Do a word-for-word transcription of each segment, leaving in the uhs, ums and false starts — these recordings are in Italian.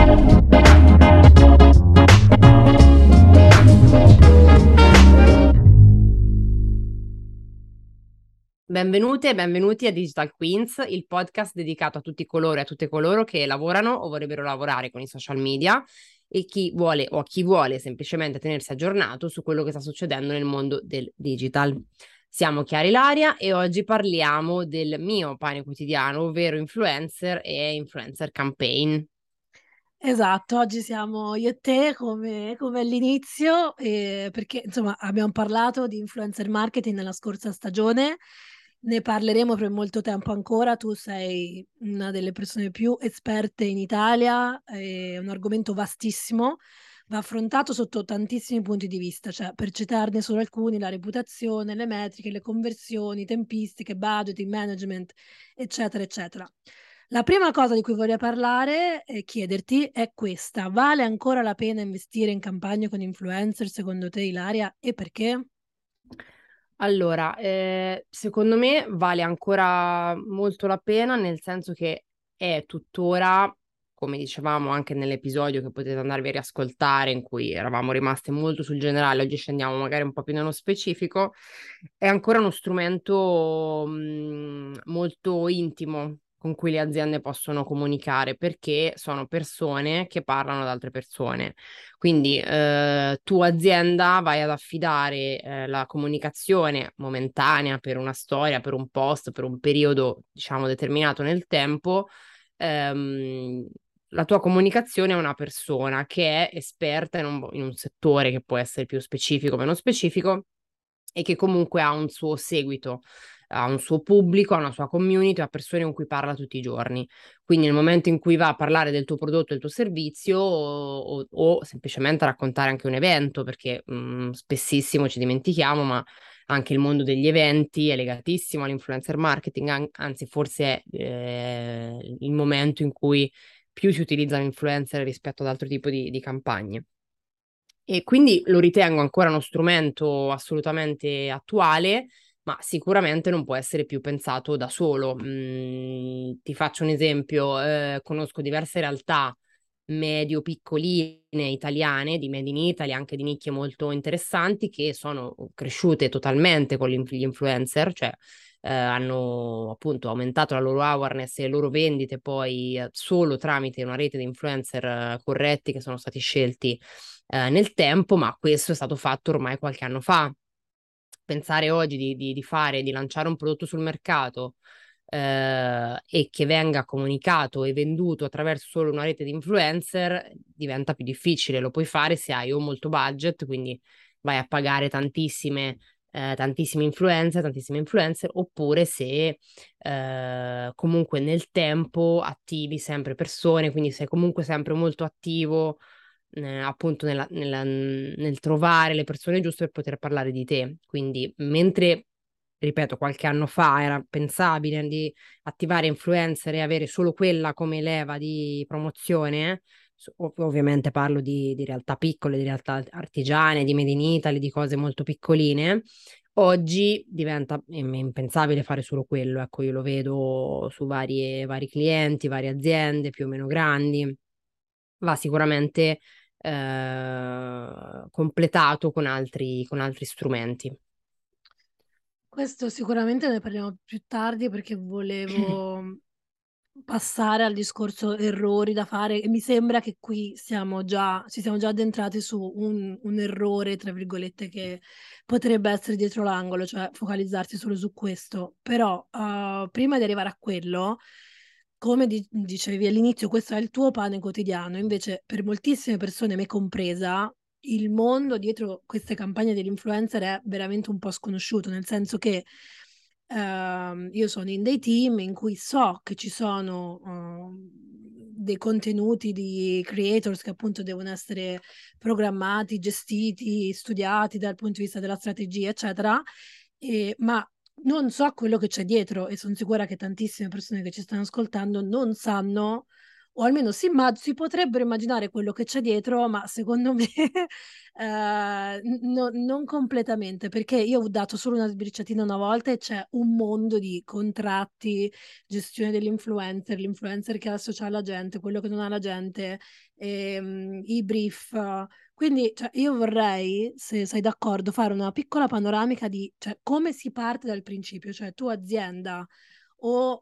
Benvenute e benvenuti a Digital Queens, il podcast dedicato a tutti coloro e a tutte coloro che lavorano o vorrebbero lavorare con i social media e chi vuole o a chi vuole semplicemente tenersi aggiornato su quello che sta succedendo nel mondo del digital. Siamo Chiara Ilaria e oggi parliamo del mio pane quotidiano, ovvero influencer e influencer campaign. Esatto, oggi siamo io e te come, come all'inizio, eh, perché insomma abbiamo parlato di influencer marketing nella scorsa stagione, ne parleremo per molto tempo ancora, tu sei una delle persone più esperte in Italia, è un argomento vastissimo, va affrontato sotto tantissimi punti di vista, cioè per citarne solo alcuni, la reputazione, le metriche, le conversioni, tempistiche, budgeting, management, eccetera, eccetera. La prima cosa di cui voglio parlare e chiederti è questa: vale ancora la pena investire in campagne con influencer secondo te, Ilaria, e perché? Allora, eh, secondo me vale ancora molto la pena, nel senso che è tuttora, come dicevamo anche nell'episodio che potete andarvi a riascoltare, in cui eravamo rimaste molto sul generale, oggi scendiamo magari un po' più nello specifico, è ancora uno strumento mh, molto intimo con cui le aziende possono comunicare, perché sono persone che parlano ad altre persone. Quindi eh, tu azienda vai ad affidare eh, la comunicazione momentanea per una storia, per un post, per un periodo, diciamo, determinato nel tempo. ehm, la tua comunicazione a una persona che è esperta in un, in un settore che può essere più specifico o meno specifico e che comunque ha un suo seguito, ha un suo pubblico, ha una sua community, ha persone con cui parla tutti i giorni. Quindi nel momento in cui va a parlare del tuo prodotto, del tuo servizio o, o- o semplicemente a raccontare anche un evento, perché mh, spessissimo ci dimentichiamo, ma anche il mondo degli eventi è legatissimo all'influencer marketing, an- anzi forse è eh, il momento in cui più si utilizzano influencer rispetto ad altro tipo di di campagne. E quindi lo ritengo ancora uno strumento assolutamente attuale, ma sicuramente non può essere più pensato da solo. Mm, ti faccio un esempio, eh, conosco diverse realtà medio-piccoline italiane, di Made in Italy, anche di nicchie molto interessanti, che sono cresciute totalmente con gli influencer, cioè eh, hanno appunto aumentato la loro awareness e le loro vendite poi eh, solo tramite una rete di influencer eh, corretti che sono stati scelti eh, nel tempo, ma questo è stato fatto ormai qualche anno fa. Pensare oggi di, di, di fare, di lanciare un prodotto sul mercato eh, e che venga comunicato e venduto attraverso solo una rete di influencer diventa più difficile. Lo puoi fare se hai o molto budget, quindi vai a pagare tantissime, eh, tantissimi influencer, tantissime influencer, oppure se eh, comunque nel tempo attivi sempre persone, quindi sei comunque sempre molto attivo eh, appunto nella- nella- nel trovare le persone giuste per poter parlare di te. Quindi, mentre, ripeto, qualche anno fa era pensabile di attivare influencer e avere solo quella come leva di promozione, so- ov- ovviamente parlo di, di realtà piccole, di realtà artigiane, di Made in Italy, di cose molto piccoline. Oggi diventa im- impensabile fare solo quello, ecco, io lo vedo su varie, vari clienti, varie aziende più o meno grandi. Va sicuramente eh, completato con altri, con altri strumenti. Questo sicuramente ne parliamo più tardi perché volevo passare al discorso errori da fare e mi sembra che qui siamo già, ci siamo già addentrati su un, un errore, tra virgolette, che potrebbe essere dietro l'angolo, cioè focalizzarsi solo su questo. Però uh, prima di arrivare a quello, come di- dicevi all'inizio, questo è il tuo pane quotidiano, invece per moltissime persone, me compresa, il mondo dietro queste campagne dell'influencer è veramente un po' sconosciuto, nel senso che ehm, io sono in dei team in cui so che ci sono ehm, dei contenuti di creators che appunto devono essere programmati, gestiti, studiati dal punto di vista della strategia, eccetera, e- ma non so quello che c'è dietro e sono sicura che tantissime persone che ci stanno ascoltando non sanno o almeno si, immag- si potrebbero immaginare quello che c'è dietro, ma secondo me eh, n- no- non completamente, perché io ho dato solo una sbirciatina una volta e c'è un mondo di contratti, gestione dell'influencer, l'influencer che associa alla gente, quello che non ha la gente, ehm, i brief. Quindi, cioè, io vorrei, se sei d'accordo, fare una piccola panoramica di, cioè, come si parte dal principio, cioè tu azienda o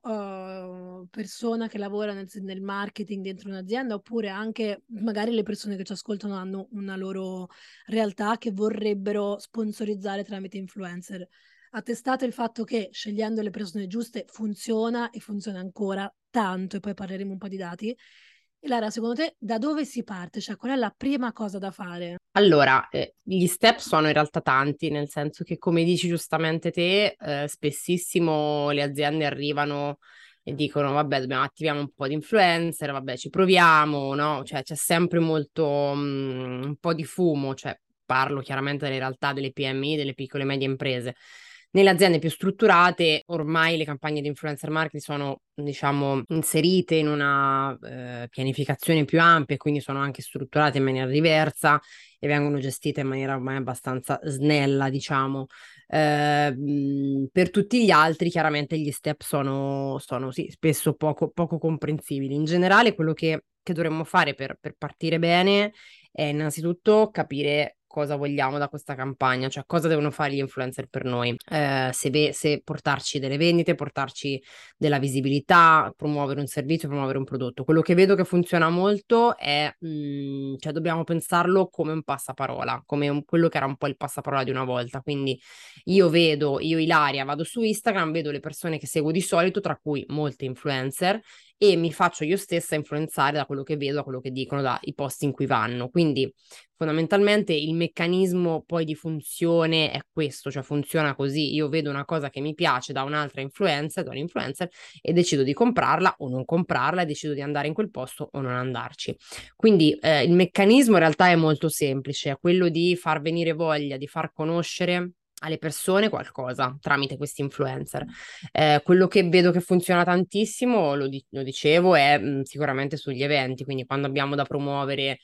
eh, persona che lavora nel, nel marketing dentro un'azienda, oppure anche magari le persone che ci ascoltano hanno una loro realtà che vorrebbero sponsorizzare tramite influencer. Attestate il fatto che scegliendo le persone giuste funziona e funziona ancora tanto, e poi parleremo un po' di dati. E Lara, secondo te da dove si parte? Cioè, qual è la prima cosa da fare? Allora, eh, gli step sono in realtà tanti, nel senso che, come dici giustamente te, eh, spessissimo le aziende arrivano e dicono, vabbè, dobbiamo attiviamo un po' di influencer, vabbè, ci proviamo, no? Cioè, c'è sempre molto, mm, un po' di fumo, cioè, parlo chiaramente delle realtà delle P M I, delle piccole e medie imprese. Nelle aziende più strutturate, ormai le campagne di influencer marketing sono, diciamo, inserite in una eh, pianificazione più ampia, quindi sono anche strutturate in maniera diversa e vengono gestite in maniera ormai abbastanza snella, diciamo. Eh, mh, per tutti gli altri, chiaramente, gli step sono, sono sì, spesso poco, poco comprensibili. In generale, quello che, che dovremmo fare per, per partire bene è innanzitutto capire cosa vogliamo da questa campagna, cioè cosa devono fare gli influencer per noi. Eh, se, ve- se portarci delle vendite, portarci della visibilità, promuovere un servizio, promuovere un prodotto. Quello che vedo che funziona molto è, mh, cioè dobbiamo pensarlo come un passaparola, come un- quello che era un po' il passaparola di una volta. Quindi io vedo, io Ilaria, vado su Instagram, vedo le persone che seguo di solito, tra cui molti influencer, e mi faccio io stessa influenzare da quello che vedo, da quello che dicono, dai posti in cui vanno. Quindi fondamentalmente il meccanismo poi di funzione è questo, cioè funziona così. Io vedo una cosa che mi piace da un'altra influencer, da un influencer, e decido di comprarla o non comprarla, e decido di andare in quel posto o non andarci. Quindi eh, il meccanismo in realtà è molto semplice, è quello di far venire voglia, di far conoscere alle persone qualcosa tramite questi influencer. Eh, quello che vedo che funziona tantissimo, lo, di- lo dicevo, è mh, sicuramente sugli eventi, quindi quando abbiamo da promuovere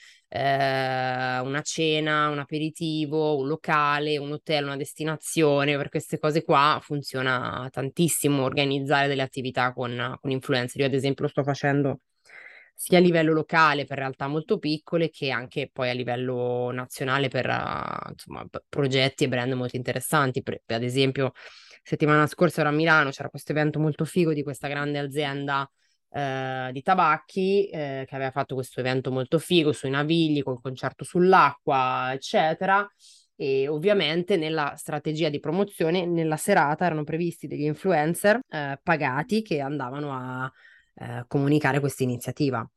eh, una cena, un aperitivo, un locale, un hotel, una destinazione, per queste cose qua funziona tantissimo organizzare delle attività con, con influencer. Io ad esempio lo sto facendo sia a livello locale per realtà molto piccole che anche poi a livello nazionale per uh, insomma, p- progetti e brand molto interessanti. Per, per ad esempio, settimana scorsa ero a Milano, c'era questo evento molto figo di questa grande azienda eh, di tabacchi eh, che aveva fatto questo evento molto figo sui Navigli, col concerto sull'acqua, eccetera. E ovviamente nella strategia di promozione, nella serata erano previsti degli influencer eh, pagati che andavano a eh, comunicare questa iniziativa.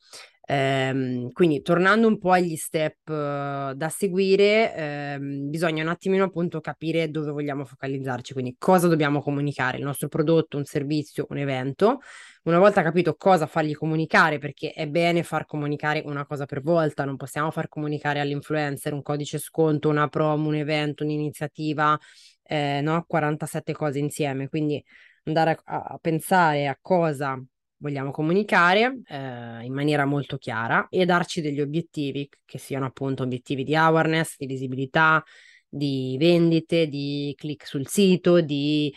Ehm, quindi tornando un po' agli step eh, da seguire, ehm, bisogna un attimino appunto capire dove vogliamo focalizzarci, quindi cosa dobbiamo comunicare, il nostro prodotto, un servizio, un evento. Una volta capito cosa fargli comunicare, perché è bene far comunicare una cosa per volta, non possiamo far comunicare all'influencer un codice sconto, una promo, un evento, un'iniziativa, eh, no? quarantasette cose insieme, quindi andare a, a pensare a cosa vogliamo comunicare eh, in maniera molto chiara e darci degli obiettivi che siano appunto obiettivi di awareness, di visibilità, di vendite, di click sul sito, di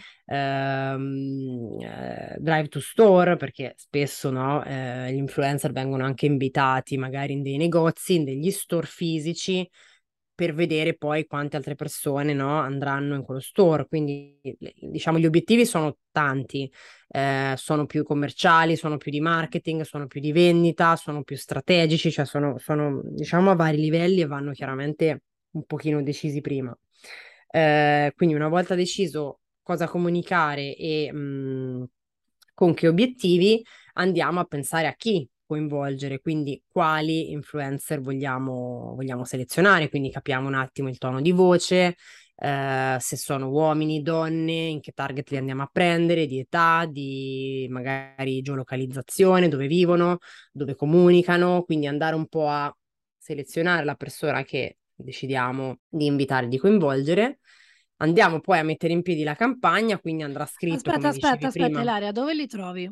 ehm, eh, drive to store, perché spesso no, eh, gli influencer vengono anche invitati magari in dei negozi, in degli store fisici per vedere poi quante altre persone no, andranno in quello store. Quindi, diciamo, gli obiettivi sono tanti, eh, sono più commerciali, sono più di marketing, sono più di vendita, sono più strategici, cioè sono, sono diciamo, a vari livelli e vanno chiaramente un pochino decisi prima. Eh, quindi una volta deciso cosa comunicare e mh, con che obiettivi, andiamo a pensare a chi coinvolgere, quindi quali influencer vogliamo, vogliamo selezionare, quindi capiamo un attimo il tono di voce, eh, se sono uomini, donne, in che target li andiamo a prendere, di età, di magari geolocalizzazione, dove vivono, dove comunicano, quindi andare un po' a selezionare la persona che decidiamo di invitare, di coinvolgere. Andiamo poi a mettere in piedi la campagna, quindi andrà scritto, Aspetta, come aspetta, dicevi aspetta, prima. Ilaria, dove li trovi?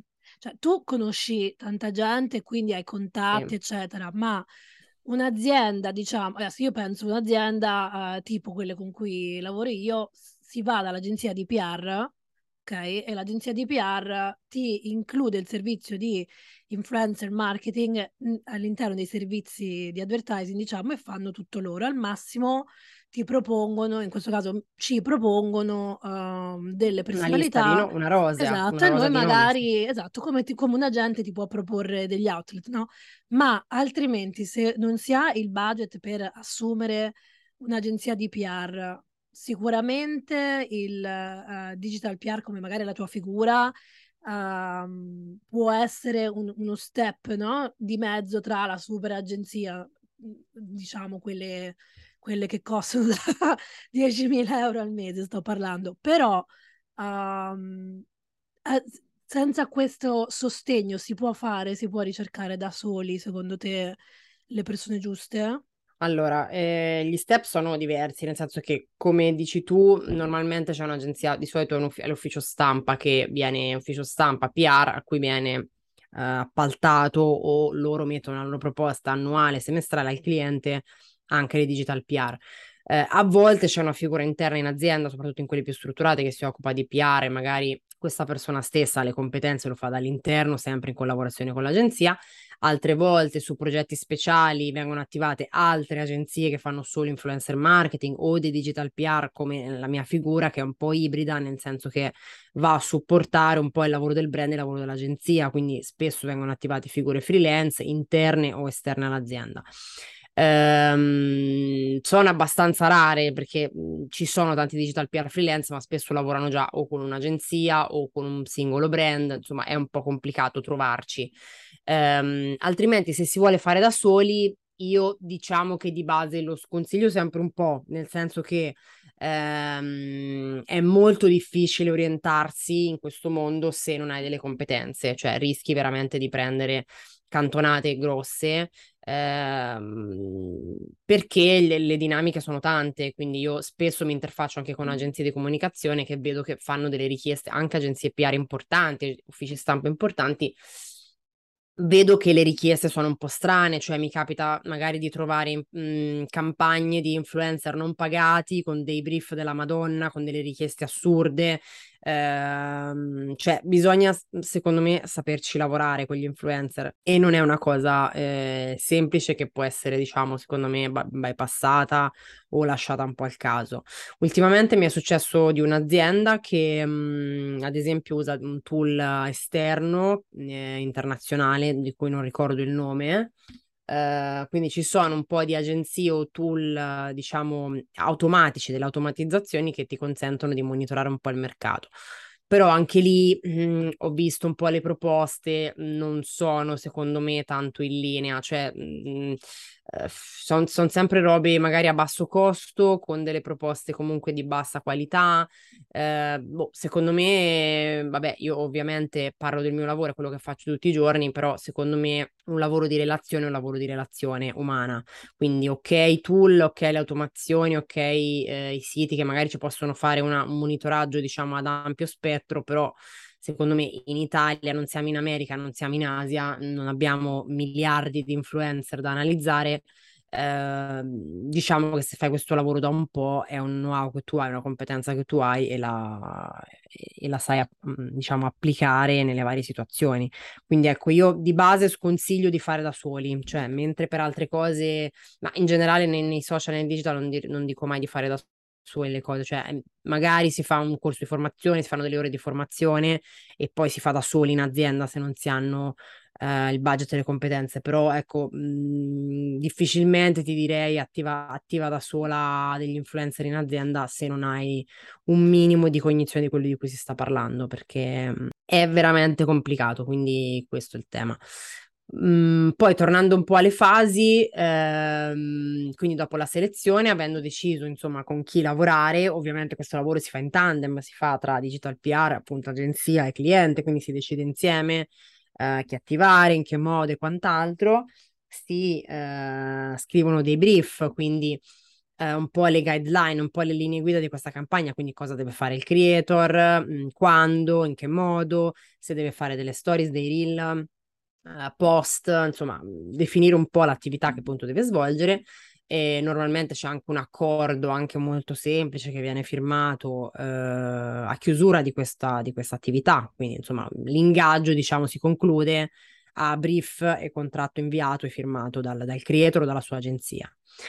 cioè tu conosci tanta gente, quindi hai contatti, Sì. eccetera, ma un'azienda, diciamo, adesso io penso un'azienda eh, tipo quelle con cui lavoro io, si va dall'agenzia di P R, ok? E l'agenzia di P R ti include il servizio di influencer marketing mh, all'interno dei servizi di advertising, diciamo, e fanno tutto loro. Al massimo ti propongono, in questo caso ci propongono ehm, delle Una lista di personalità. no- una rosa, Esatto, una e rosa noi di nomi. Sì. magari, esatto, come, ti- come un agente ti può proporre degli outlet, no? Ma altrimenti, se non si ha il budget per assumere un'agenzia di P R, sicuramente il eh, digital P R, come magari la tua figura, ehm, può essere un- uno step, no? Di mezzo tra la super agenzia, diciamo quelle, quelle che costano da diecimila euro al mese, sto parlando, però ehm, eh, senza questo sostegno si può fare, si può ricercare da soli, secondo te, le persone giuste? Allora, eh, gli step sono diversi, nel senso che, come dici tu, normalmente c'è un'agenzia, di solito è, un uffi- è l'ufficio stampa che viene, ufficio stampa P R, a cui viene eh, appaltato o loro mettono la loro proposta annuale, semestrale al cliente, anche le digital P R. Eh, a volte c'è una figura interna in azienda, soprattutto in quelle più strutturate, che si occupa di P R, magari questa persona stessa ha le competenze, lo fa dall'interno, sempre in collaborazione con l'agenzia. Altre volte su progetti speciali vengono attivate altre agenzie che fanno solo influencer marketing o dei digital P R, come la mia figura, che è un po' ibrida, nel senso che va a supportare un po' il lavoro del brand e il lavoro dell'agenzia, quindi spesso vengono attivate figure freelance interne o esterne all'azienda. Ehm, sono abbastanza rare perché mh, ci sono tanti digital P R freelance, ma spesso lavorano già o con un'agenzia o con un singolo brand, insomma è un po' complicato trovarci. Ehm, altrimenti, se si vuole fare da soli, io diciamo che di base lo sconsiglio sempre un po', nel senso che ehm, è molto difficile orientarsi in questo mondo se non hai delle competenze, cioè rischi veramente di prendere cantonate grosse ehm, perché le, le dinamiche sono tante, quindi io spesso mi interfaccio anche con agenzie di comunicazione che vedo che fanno delle richieste, anche agenzie P R importanti, uffici stampa importanti. Vedo che le richieste sono un po' strane, cioè mi capita magari di trovare mh, campagne di influencer non pagati con dei brief della Madonna, con delle richieste assurde. Ehm, cioè, bisogna, secondo me, saperci lavorare con gli influencer e non è una cosa eh, semplice che può essere, diciamo, secondo me, by- bypassata o lasciata un po' al caso. Ultimamente mi è successo di un'azienda che, mh, ad esempio, usa un tool esterno, eh, internazionale, di cui non ricordo il nome. Eh, quindi ci sono un po' di agenzie o tool, eh, diciamo, automatici, delle automatizzazioni che ti consentono di monitorare un po' il mercato. Però anche lì mh, ho visto un po' le proposte, non sono secondo me tanto in linea, cioè sono sempre robe magari a basso costo, con delle proposte comunque di bassa qualità. Eh, boh, secondo me, vabbè, io ovviamente parlo del mio lavoro, è quello che faccio tutti i giorni, però secondo me un lavoro di relazione è un lavoro di relazione umana. Quindi ok, tool, ok, le automazioni, ok, eh, i siti che magari ci possono fare una- un monitoraggio, diciamo, ad ampio spettro, però secondo me in Italia, non siamo in America, non siamo in Asia, non abbiamo miliardi di influencer da analizzare. Eh, diciamo che se fai questo lavoro da un po' è un know-how che tu hai, una competenza che tu hai e la, e la sai, mm, diciamo, applicare nelle varie situazioni. Quindi ecco, io di base sconsiglio di fare da soli, cioè mentre per altre cose, ma in generale nei, nei social e nel digital non, dir- non dico mai di fare da soli le cose, cioè eh, magari si fa un corso di formazione, si fanno delle ore di formazione e poi si fa da soli in azienda se non si hanno eh, il budget e le competenze, però ecco, mh, difficilmente ti direi attiva, attiva da sola degli influencer in azienda se non hai un minimo di cognizione di quello di cui si sta parlando, perché mh, è veramente complicato, quindi questo è il tema. Mm, poi tornando un po' alle fasi, ehm, quindi dopo la selezione, avendo deciso insomma con chi lavorare, ovviamente questo lavoro si fa in tandem, si fa tra digital P R, appunto agenzia e cliente, quindi si decide insieme eh, chi attivare, in che modo e quant'altro. Si eh, scrivono dei brief, quindi eh, un po' le guideline, un po' le linee guida di questa campagna, quindi cosa deve fare il creator, mh, quando, in che modo, se deve fare delle stories, dei reel, eh, post, insomma, mh, definire un po' l'attività che appunto deve svolgere. E normalmente c'è anche un accordo, anche molto semplice, che viene firmato eh, a chiusura di questa, di questa attività. Quindi, insomma, l'ingaggio, diciamo, si conclude a brief e contratto inviato e firmato dal, dal creator o dalla sua agenzia.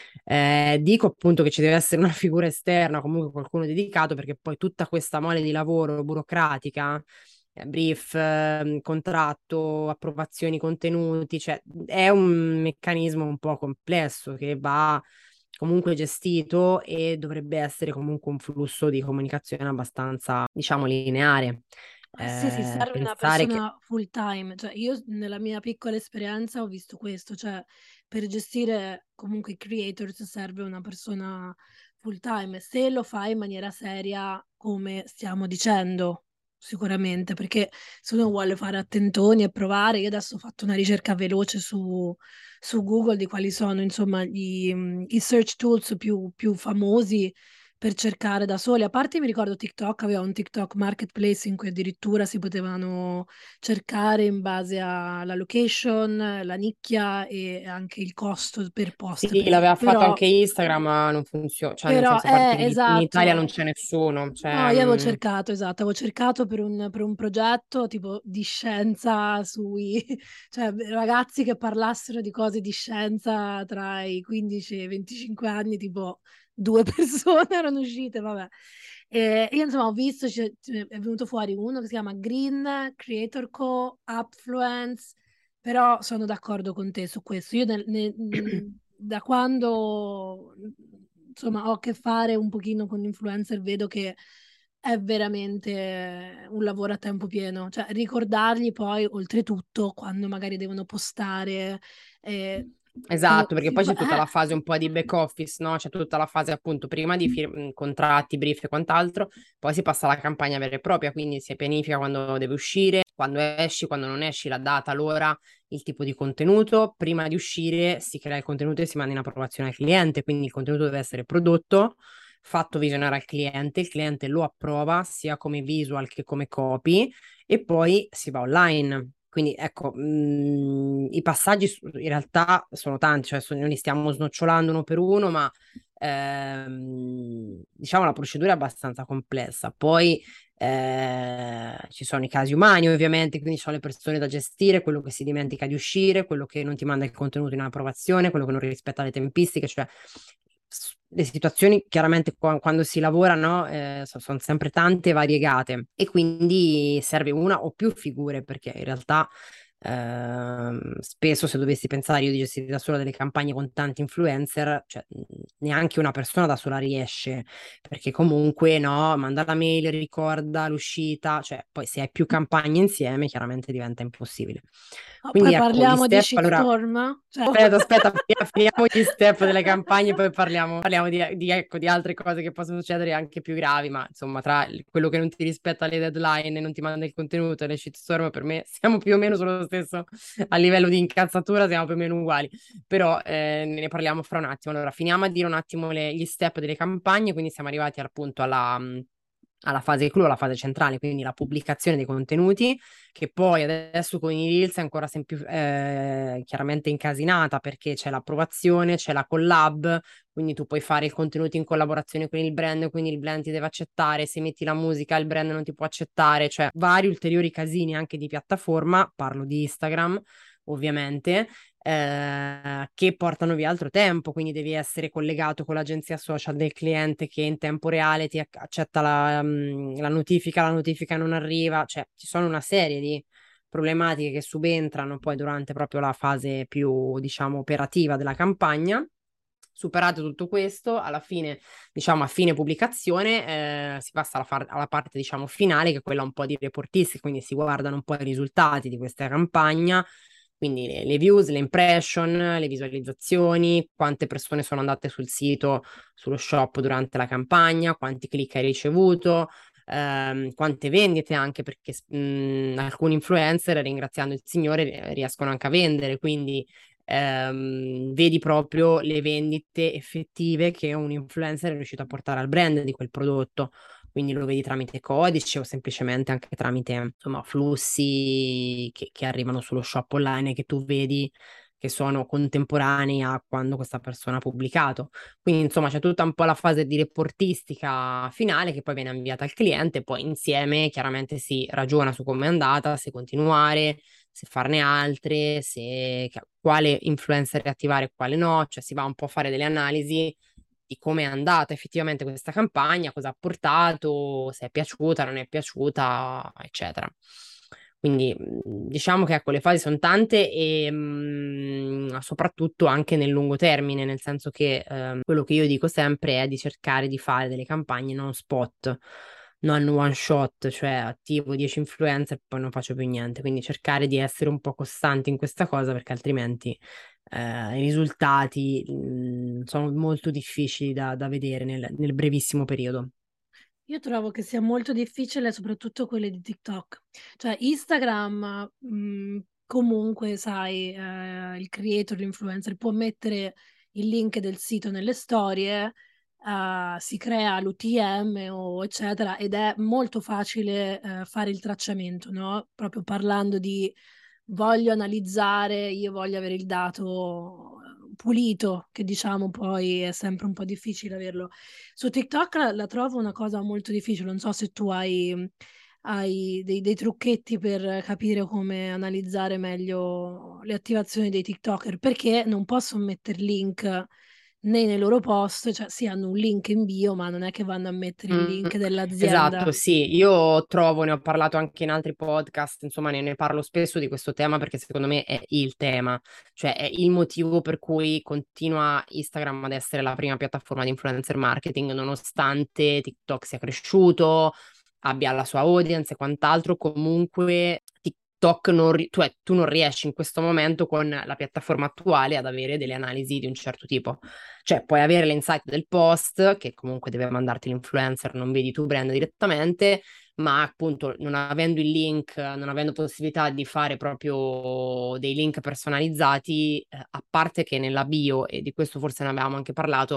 Eh, dico appunto che ci deve essere una figura esterna, comunque qualcuno dedicato, perché poi tutta questa mole di lavoro burocratica, eh, brief, eh, contratto, approvazioni contenuti, cioè è un meccanismo un po' complesso che va comunque gestito e dovrebbe essere comunque un flusso di comunicazione abbastanza, diciamo, lineare. Ah, sì, sì, Eh, serve una pensare che persona full time, cioè io nella mia piccola esperienza ho visto questo, cioè per gestire comunque i creators serve una persona full time, se lo fai in maniera seria come stiamo dicendo, sicuramente, perché se uno vuole fare attentoni e provare, io adesso ho fatto una ricerca veloce su, su Google di quali sono insomma gli, i search tools più, più famosi per cercare da soli. A parte mi ricordo TikTok aveva un TikTok Marketplace in cui addirittura si potevano cercare in base alla location, la nicchia e anche il costo per post, sì, per esempio. l'aveva fatto Però, anche Instagram, ma non funziona, cioè nel però, senso, a parte eh, che in Italia non esatto. c'è nessuno, No, cioè, io avevo mh, cercato, esatto, avevo cercato per un, per un progetto tipo di scienza sui, cioè ragazzi che parlassero di cose di scienza tra i quindici e i venticinque anni, tipo due persone erano uscite, vabbè. E io insomma ho visto, c'è- c'è- è venuto fuori uno che si chiama Green Creator Co. Upfluence, però sono d'accordo con te su questo. Io nel- nel- mh, da quando insomma ho a che fare un pochino con influencer vedo che è veramente un lavoro a tempo pieno, cioè ricordargli poi oltretutto quando magari devono postare eh, che esatto, perché si poi fa- c'è tutta la eh, fase un po' di back office, no? C'è tutta la fase appunto prima di fir- mh, contratti, brief e quant'altro, poi si passa alla campagna vera e propria, quindi si pianifica quando deve uscire, quando esci, quando non esci, la data, l'ora, il tipo di contenuto. Prima di uscire si crea il contenuto e si manda in approvazione al cliente, quindi il contenuto deve essere prodotto, fatto visionare al cliente, il cliente lo approva sia come visual che come copy e poi si va online. Quindi ecco, mh, i passaggi su- in realtà sono tanti, cioè so- noi li stiamo snocciolando uno per uno, ma ehm, diciamo la procedura è abbastanza complessa. Poi eh, ci sono i casi umani ovviamente, quindi ci sono le persone da gestire, quello che si dimentica di uscire, quello che non ti manda il contenuto in approvazione, quello che non rispetta le tempistiche, cioè s- le situazioni chiaramente qua- quando si lavora, no, eh, so- sono sempre tante e variegate e quindi serve una o più figure perché in realtà ehm, spesso se dovessi pensare io di gestire da sola delle campagne con tanti influencer, cioè mh, neanche una persona da sola riesce perché comunque no, manda la mail, ricorda l'uscita, cioè poi se hai più campagne insieme chiaramente diventa impossibile. oh, poi Quindi ecco, gli parliamo di step, allora shitstorm, cioè, aspetta, aspetta, finiamo, finiamo gli step delle campagne, poi parliamo, parliamo di, di, ecco, di altre cose che possono succedere anche più gravi, ma insomma, tra il- quello che non ti rispetta le deadline e non ti manda il contenuto e le shitstorm, per me siamo più o meno sullo stesso a livello di incazzatura, siamo più o meno uguali, però eh, ne parliamo fra un attimo. Allora, finiamo a dire un attimo le- gli step delle campagne, quindi siamo arrivati appunto alla... mh, alla fase clou, alla fase centrale, quindi la pubblicazione dei contenuti, che poi adesso con i Reels è ancora sem- più eh, chiaramente incasinata perché c'è l'approvazione, c'è la collab, quindi tu puoi fare il contenuto in collaborazione con il brand, quindi il brand ti deve accettare, se metti la musica il brand non ti può accettare, cioè vari ulteriori casini anche di piattaforma, parlo di Instagram ovviamente, eh, che portano via altro tempo, quindi devi essere collegato con l'agenzia social del cliente che in tempo reale ti ac- accetta la, mm, la notifica, la notifica non arriva, cioè ci sono una serie di problematiche che subentrano poi durante proprio la fase più, diciamo, operativa della campagna. Superato tutto questo, alla fine, diciamo, a fine pubblicazione, eh, si passa alla, far- alla parte, diciamo, finale, che è quella un po' di reportistica, quindi si guardano un po' i risultati di questa campagna, quindi le, le views, le impression, le visualizzazioni, quante persone sono andate sul sito, sullo shop durante la campagna, quanti click hai ricevuto, ehm, quante vendite anche, perché mh, alcuni influencer, ringraziando il Signore, riescono anche a vendere, quindi ehm, vedi proprio le vendite effettive che un influencer è riuscito a portare al brand di quel prodotto. Quindi lo vedi tramite codice o semplicemente anche tramite, insomma, flussi che, che arrivano sullo shop online e che tu vedi che sono contemporanei a quando questa persona ha pubblicato. Quindi, insomma, c'è tutta un po' la fase di reportistica finale che poi viene inviata al cliente, poi insieme chiaramente si ragiona su come è andata, se continuare, se farne altre, se quale influencer attivare e quale no, cioè si va un po' a fare delle analisi di come è andata effettivamente questa campagna, cosa ha portato, se è piaciuta, non è piaciuta, eccetera. Quindi mh, diciamo che ecco, le fasi sono tante e mh, soprattutto anche nel lungo termine, nel senso che ehm, quello che io dico sempre è di cercare di fare delle campagne non spot, non one shot, cioè attivo dieci influencer e poi non faccio più niente. Quindi cercare di essere un po' costanti in questa cosa perché altrimenti eh, i risultati mh, sono molto difficili da, da vedere nel, nel brevissimo periodo. Io trovo che sia molto difficile, soprattutto quelle di TikTok. Cioè Instagram, mhmm, comunque sai, ehm, il creator, l'influencer può mettere il link del sito nelle storie, uhm, si crea l'U T M o eccetera, ed è molto facile, ehm, fare il tracciamento, no, proprio parlando di: "Voglio analizzare, io voglio avere il dato, uhm, pulito", che diciamo poi è sempre un po' difficile averlo. Su TikTok la la trovo una cosa molto difficile, non so se tu hai mhmm, hai dei dei trucchetti per capire come analizzare meglio le attivazioni dei TikToker, perché non posso metter link né nei loro post, cioè sì, hanno un link in bio, ma non è che vanno a mettere il Mm, link dell'azienda. esatto, sì, io trovo, ne ho parlato anche in altri podcast, insomma ne, ne parlo spesso di questo tema perché secondo me è il tema, cioè è il motivo per cui continua Instagram ad essere la prima piattaforma di influencer marketing, nonostante TikTok sia cresciuto, abbia la sua audience e quant'altro, comunque TikTok non, ri- tu, è- tu non riesci in questo momento con la piattaforma attuale ad avere delle analisi di un certo tipo. Cioè, puoi avere l'insight del post, che comunque deve mandarti l'influencer, non vedi tu brand direttamente, ma appunto non avendo il link, non avendo possibilità di fare proprio dei link personalizzati, eh, a parte che nella bio, e di questo forse ne avevamo anche parlato,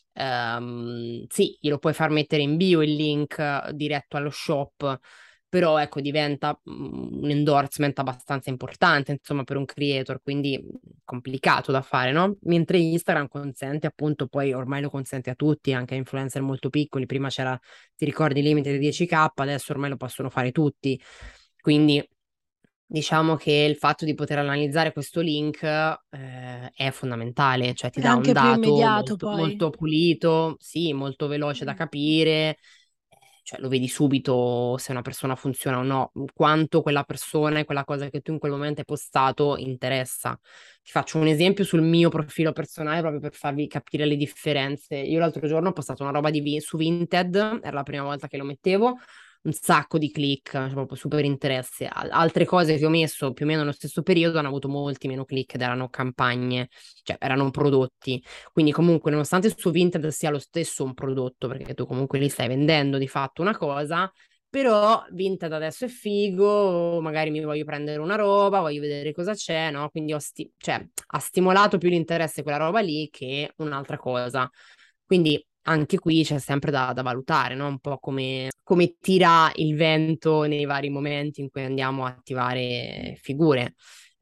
ehm, sì, glielo puoi far mettere in bio il link eh, diretto allo shop, però ecco diventa mm, un endorsement abbastanza importante, insomma, per un creator, quindi mm, complicato da fare, no? Mentre Instagram consente appunto, poi ormai lo consente a tutti, anche a influencer molto piccoli, prima c'era, ti ricordi, il limite di dieci k, adesso ormai lo possono fare tutti, quindi diciamo che il fatto di poter analizzare questo link eh, è fondamentale, cioè ti È dà un anche più dato immediato molto, poi. molto pulito, sì, molto veloce da Mh. capire, cioè lo vedi subito se una persona funziona o no, quanto quella persona e quella cosa che tu in quel momento hai postato interessa. Ti faccio un esempio sul mio profilo personale proprio per farvi capire le differenze. Io l'altro giorno ho postato una roba di Vi- su Vinted, era la prima volta che lo mettevo, un sacco di click, cioè proprio super interesse. Al- Altre cose che ho messo più o meno nello stesso periodo hanno avuto molti meno click ed erano campagne, cioè erano prodotti. Quindi comunque nonostante su Vinted sia lo stesso un prodotto, perché tu comunque lì stai vendendo di fatto una cosa, però Vinted adesso è figo, magari mi voglio prendere una roba, voglio vedere cosa c'è, no? Quindi ho sti- cioè, ha stimolato più l'interesse quella roba lì che un'altra cosa. Quindi anche qui c'è sempre da, da valutare, no? Un po' come, come tira il vento nei vari momenti in cui andiamo a attivare figure.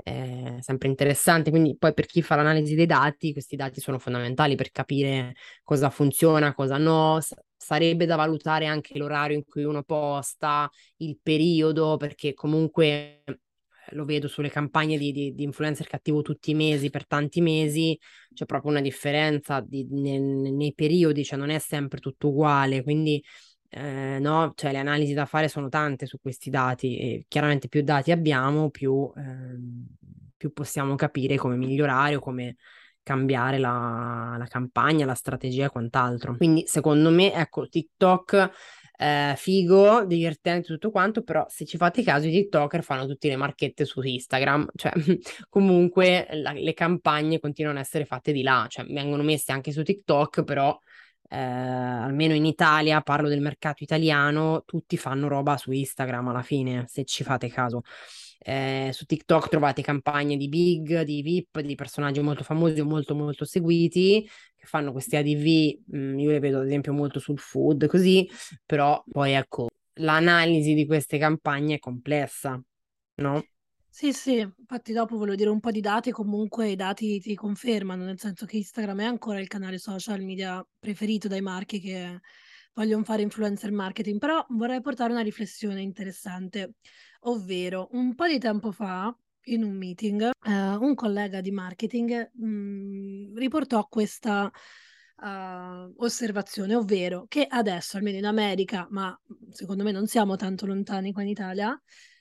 È sempre interessante, quindi poi per chi fa l'analisi dei dati, questi dati sono fondamentali per capire cosa funziona, cosa no. S- sarebbe da valutare anche l'orario in cui uno posta, il periodo, perché comunque eh, lo vedo sulle campagne di, di, di influencer che attivo tutti i mesi per tanti mesi, c'è proprio una differenza di- ne- nei periodi, cioè non è sempre tutto uguale, quindi eh, no, cioè le analisi da fare sono tante su questi dati e chiaramente più dati abbiamo, più, ehm, più possiamo capire come migliorare o come cambiare la, la campagna, la strategia e quant'altro. Quindi secondo me, ecco, TikTok eh, figo, divertente tutto quanto, però se ci fate caso i TikToker fanno tutte le marchette su Instagram, cioè comunque la- le campagne continuano a essere fatte di là, cioè vengono messe anche su TikTok, però eh, almeno in Italia, parlo del mercato italiano, tutti fanno roba su Instagram alla fine, se ci fate caso. Eh, su TikTok trovate campagne di big, di V I P, di personaggi molto famosi o molto molto seguiti che fanno questi A D V, mh, io le vedo ad esempio molto sul food, così, però poi ecco, l'analisi di queste campagne è complessa, no? Sì, sì, infatti dopo volevo dire un po' di dati, comunque i dati ti confermano, nel senso che Instagram è ancora il canale social media preferito dai marchi che vogliono fare influencer marketing, però vorrei portare una riflessione interessante, ovvero un po' di tempo fa, in un meeting, eh, un collega di marketing mh, riportò questa eh, osservazione, ovvero che adesso, almeno in America, ma secondo me non siamo tanto lontani qua in Italia,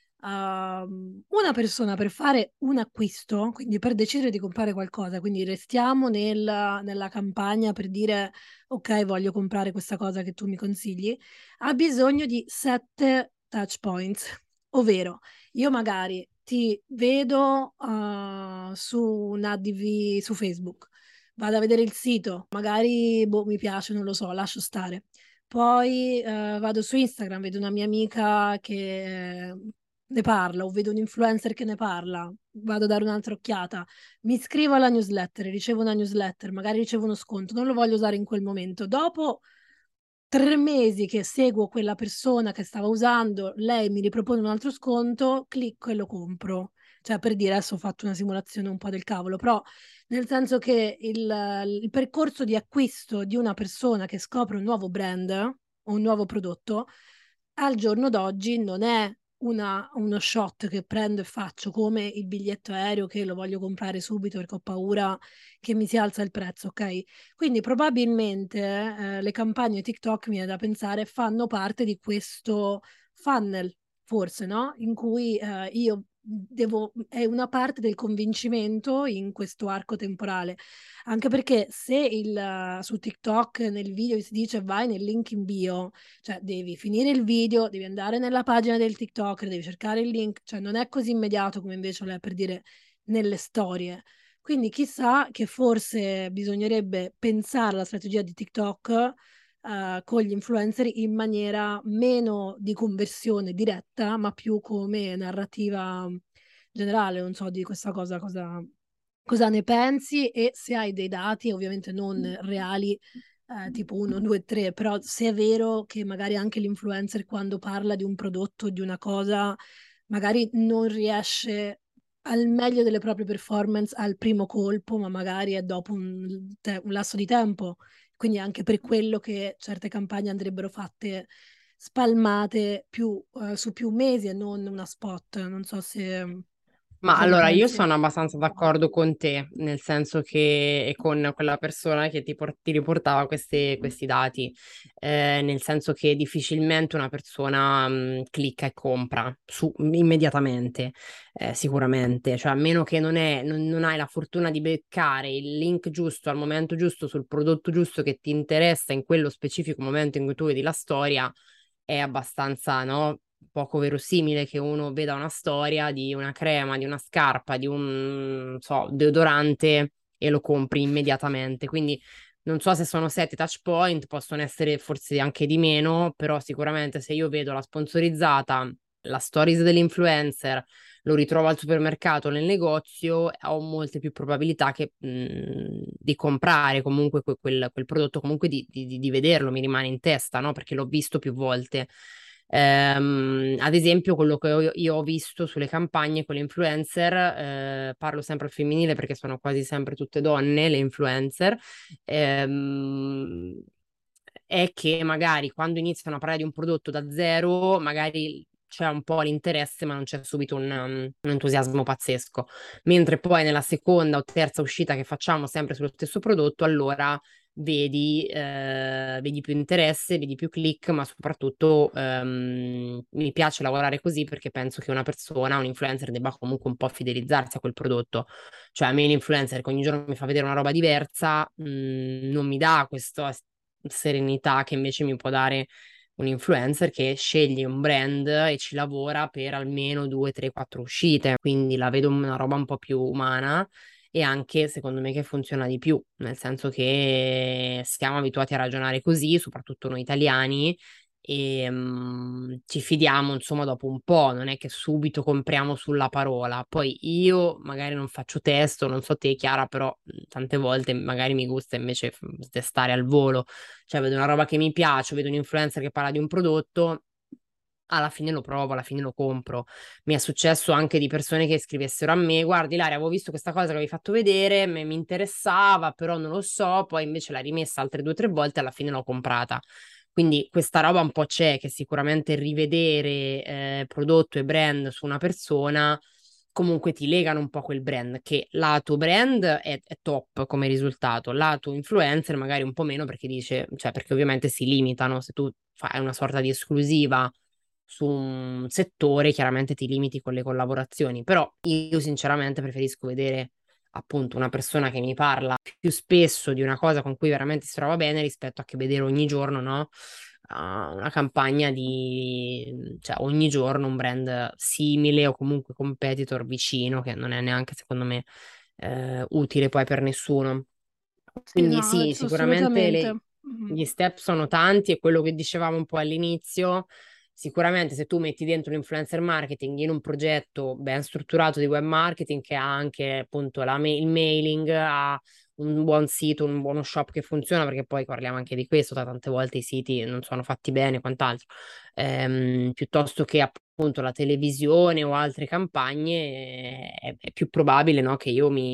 uh, una persona per fare un acquisto, quindi per decidere di comprare qualcosa, quindi restiamo nel- nella campagna per dire ok, voglio comprare questa cosa che tu mi consigli, ha bisogno di sette touch points, ovvero io magari ti vedo uh, su un A D V su Facebook, vado a vedere il sito, magari boh, mi piace, non lo so, lascio stare. Poi eh, vado su Instagram, vedo una mia amica che eh, ne parla, o vedo un influencer che ne parla, vado a dare un'altra occhiata, mi iscrivo alla newsletter, ricevo una newsletter, magari ricevo uno sconto, non lo voglio usare in quel momento. Dopo tre mesi che seguo quella persona che stava usando, lei mi ripropone un altro sconto, clicco e lo compro. Cioè, per dire, adesso ho fatto una simulazione un po' del cavolo, però nel senso che il, il percorso di acquisto di una persona che scopre un nuovo brand o un nuovo prodotto, al giorno d'oggi non è una- uno shot che prendo e faccio come il biglietto aereo che lo voglio comprare subito perché ho paura che mi si alza il prezzo, ok? Quindi probabilmente eh, le campagne TikTok, mi viene da pensare, fanno parte di questo funnel, forse, no? In cui eh, io devo, è una parte del convincimento in questo arco temporale. Anche perché se il, eh, su TikTok nel video si dice vai nel link in bio, cioè devi finire il video, devi andare nella pagina del TikToker, devi cercare il link, cioè non è così immediato come invece lo è per dire nelle storie. Quindi chissà che forse bisognerebbe pensare alla strategia di TikTok eh, con gli influencer in maniera meno di conversione diretta, ma più come narrativa generale. Non so di questa cosa cosa, cosa ne pensi e se hai dei dati, ovviamente non reali, eh, tipo uno, due, tre, però se è vero che magari anche l'influencer quando parla di un prodotto, di una cosa, magari non riesce al meglio delle proprie performance al primo colpo, ma magari è dopo un, te- un lasso di tempo. Quindi anche per quello che certe campagne andrebbero fatte spalmate più, eh, su più mesi e non una spot. Non so se Ma cosa ne allora io pensi. sono abbastanza d'accordo con te, nel senso che e con quella persona che ti, por- ti riportava queste- questi dati, eh, nel senso che difficilmente una persona mh, clicca e compra su- immediatamente, eh, sicuramente, cioè a meno che non, è, non, non hai la fortuna di beccare il link giusto al momento giusto sul prodotto giusto che ti interessa in quello specifico momento in cui tu vedi la storia, è abbastanza, no? Poco verosimile che uno veda una storia di una crema, di una scarpa, di un, non so, deodorante e lo compri immediatamente. Quindi non so se sono sette touch point, possono essere forse anche di meno, però sicuramente se io vedo la sponsorizzata, la stories dell'influencer, lo ritrovo al supermercato, nel negozio, ho molte più probabilità che, mh, di comprare comunque que- quel, quel prodotto, comunque di, di- di vederlo, mi rimane in testa, no? Perché l'ho visto più volte. Ehm, ad esempio, quello che ho- io ho visto sulle campagne con le influencer, eh, parlo sempre al femminile perché sono quasi sempre tutte donne, le influencer, ehm, è che magari quando iniziano a parlare di un prodotto da zero, magari c'è un po' l'interesse, ma non c'è subito un, um, un entusiasmo pazzesco. Mentre poi nella seconda o terza uscita che facciamo sempre sullo stesso prodotto, allora vedi, eh, vedi più interesse, vedi più click, ma soprattutto ehm, mi piace lavorare così perché penso che una persona, un influencer debba comunque un po' fidelizzarsi a quel prodotto. Cioè a me l'influencer che ogni giorno mi fa vedere una roba diversa, mh, non mi dà questa serenità che invece mi può dare un influencer che sceglie un brand e ci lavora per almeno due, tre, quattro uscite. Quindi la vedo una roba un po' più umana e anche secondo me che funziona di più, nel senso che siamo abituati a ragionare così, soprattutto noi italiani, e mm, ci fidiamo insomma dopo un po', non è che subito compriamo sulla parola. Poi io magari non faccio testo, non so te Chiara, però mm, tante volte magari mi gusta invece f- testare al volo, cioè vedo una roba che mi piace, vedo un influencer che parla di un prodotto, alla fine lo provo, alla fine lo compro. Mi è successo anche di persone che scrivessero a me: guardi Ilaria, avevo visto questa cosa che avevi fatto vedere, me- mi interessava, però non lo so, poi invece l'ha rimessa altre due o tre volte e alla fine l'ho comprata. Quindi questa roba un po' c'è, che sicuramente rivedere eh, prodotto e brand su una persona comunque ti legano un po' quel brand, che lato brand è, è top come risultato, lato influencer magari un po' meno perché dice, cioè perché ovviamente si limitano, se tu fai una sorta di esclusiva su un settore, chiaramente ti limiti con le collaborazioni, però io sinceramente preferisco vedere appunto una persona che mi parla più spesso di una cosa con cui veramente si trova bene rispetto a che vedere ogni giorno, no? Uh, una campagna di, cioè ogni giorno un brand simile o comunque competitor vicino, che non è neanche secondo me eh, utile poi per nessuno. Sì, Quindi no, sì, sicuramente assolutamente. le- Mhm. gli step sono tanti e quello che dicevamo un po' all'inizio, sicuramente se tu metti dentro l'influencer marketing in un progetto ben strutturato di web marketing che ha anche appunto la ma- il mailing, ha un buon sito, un buono shop che funziona, perché poi parliamo anche di questo, da tante volte i siti non sono fatti bene e quant'altro, ehm, piuttosto che appunto la televisione o altre campagne, è, è più probabile, no, che io mi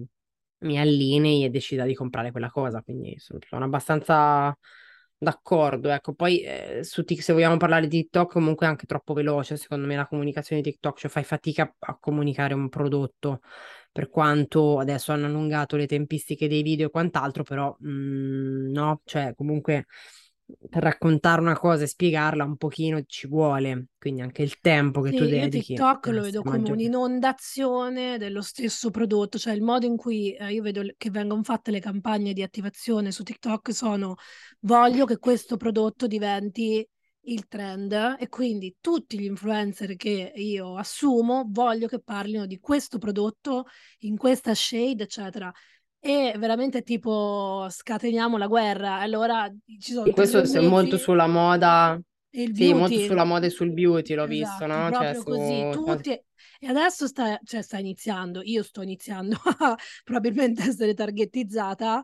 mi allinei e decida di comprare quella cosa, quindi sono, sono abbastanza d'accordo. Ecco, poi eh, su Tik- se vogliamo parlare di TikTok, comunque è anche troppo veloce, secondo me la comunicazione di TikTok, cioè fai fatica a, a comunicare un prodotto, per quanto adesso hanno allungato le tempistiche dei video e quant'altro, però mm, no, cioè comunque per raccontare una cosa e spiegarla un pochino ci vuole, quindi anche il tempo che tu Sì, io dedichi TikTok deve lo vedo essere come maggiore. un'inondazione dello stesso prodotto, cioè il modo in cui eh, io vedo le- che vengono fatte le campagne di attivazione su TikTok sono: voglio che questo prodotto diventi il trend e quindi tutti gli influencer che io assumo voglio che parlino di questo prodotto in questa shade, eccetera. E veramente tipo scateniamo la guerra. Allora ci sono E tre questo è molto mesi sulla moda, e il sì, molto beauty. sulla moda e sul beauty l'ho visto, Esatto, no? Cioè, proprio su... così. Tutti. E adesso sta, cioè, sta iniziando, io sto iniziando a probabilmente essere targettizzata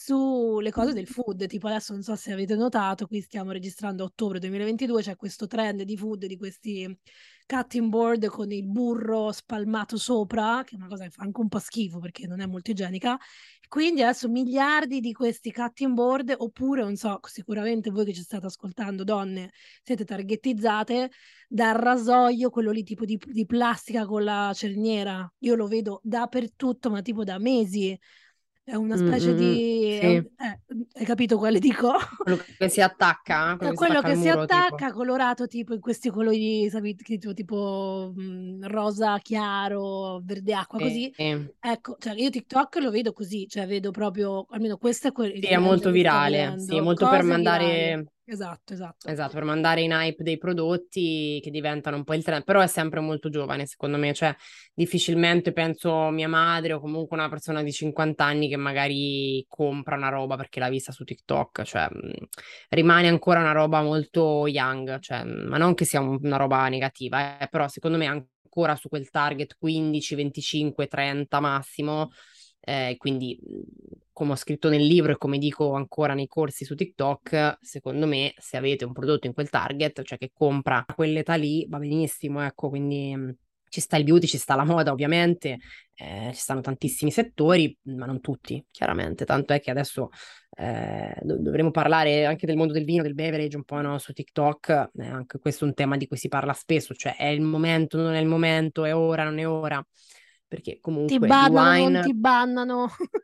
sulle cose del food. Tipo adesso non so se avete notato, qui stiamo registrando a ottobre duemilaventidue, c'è questo trend di food, di questi cutting board con il burro spalmato sopra, che è una cosa che fa anche un po' schifo perché non è molto igienica. Quindi adesso miliardi di questi cutting board, oppure, non so, sicuramente voi che ci state ascoltando, donne, siete targettizzate dal rasoio, quello lì tipo di, di plastica con la cerniera. Io lo vedo dappertutto, ma tipo da mesi. È una Mm, specie mm, mm, di... è un- sì, eh, hai capito quale dico? quello che si attacca, eh, quello È che si quello attacca al che si muro, tipo. attacca, colorato tipo in questi colori, sapi, tipo, tipo mh, rosa chiaro, verde acqua, Sì, così. Ecco, cioè io TikTok lo vedo così, cioè vedo proprio, almeno questo è quel- il sì, è trend molto che sto virale, sì, è vedendo. molto per Cose virali. mandare... Esatto, esatto. Esatto, per mandare in hype dei prodotti che diventano un po' il trend, però è sempre molto giovane, secondo me, cioè difficilmente penso mia madre o comunque una persona di cinquanta anni che magari compra una roba perché l'ha vista su TikTok, cioè mh, rimane ancora una roba molto young, cioè, mh, ma non che sia un- una roba negativa, eh, però secondo me ancora su quel target quindici, venticinque, trenta massimo, eh, quindi, mh, come ho scritto nel libro e come dico ancora nei corsi su TikTok, secondo me, se avete un prodotto in quel target, cioè che compra a quell'età lì, va benissimo, ecco, quindi mh, ci sta il beauty, ci sta la moda, ovviamente, eh, ci stanno tantissimi settori, ma non tutti, chiaramente. Tanto è che adesso eh, do- dovremo parlare anche del mondo del vino, del beverage, un po', no, su TikTok. Eh, anche questo è un tema di cui si parla spesso, cioè è il momento, non è il momento, è ora, non è ora. Perché Ti comunque di bannano, non wine ti bannano.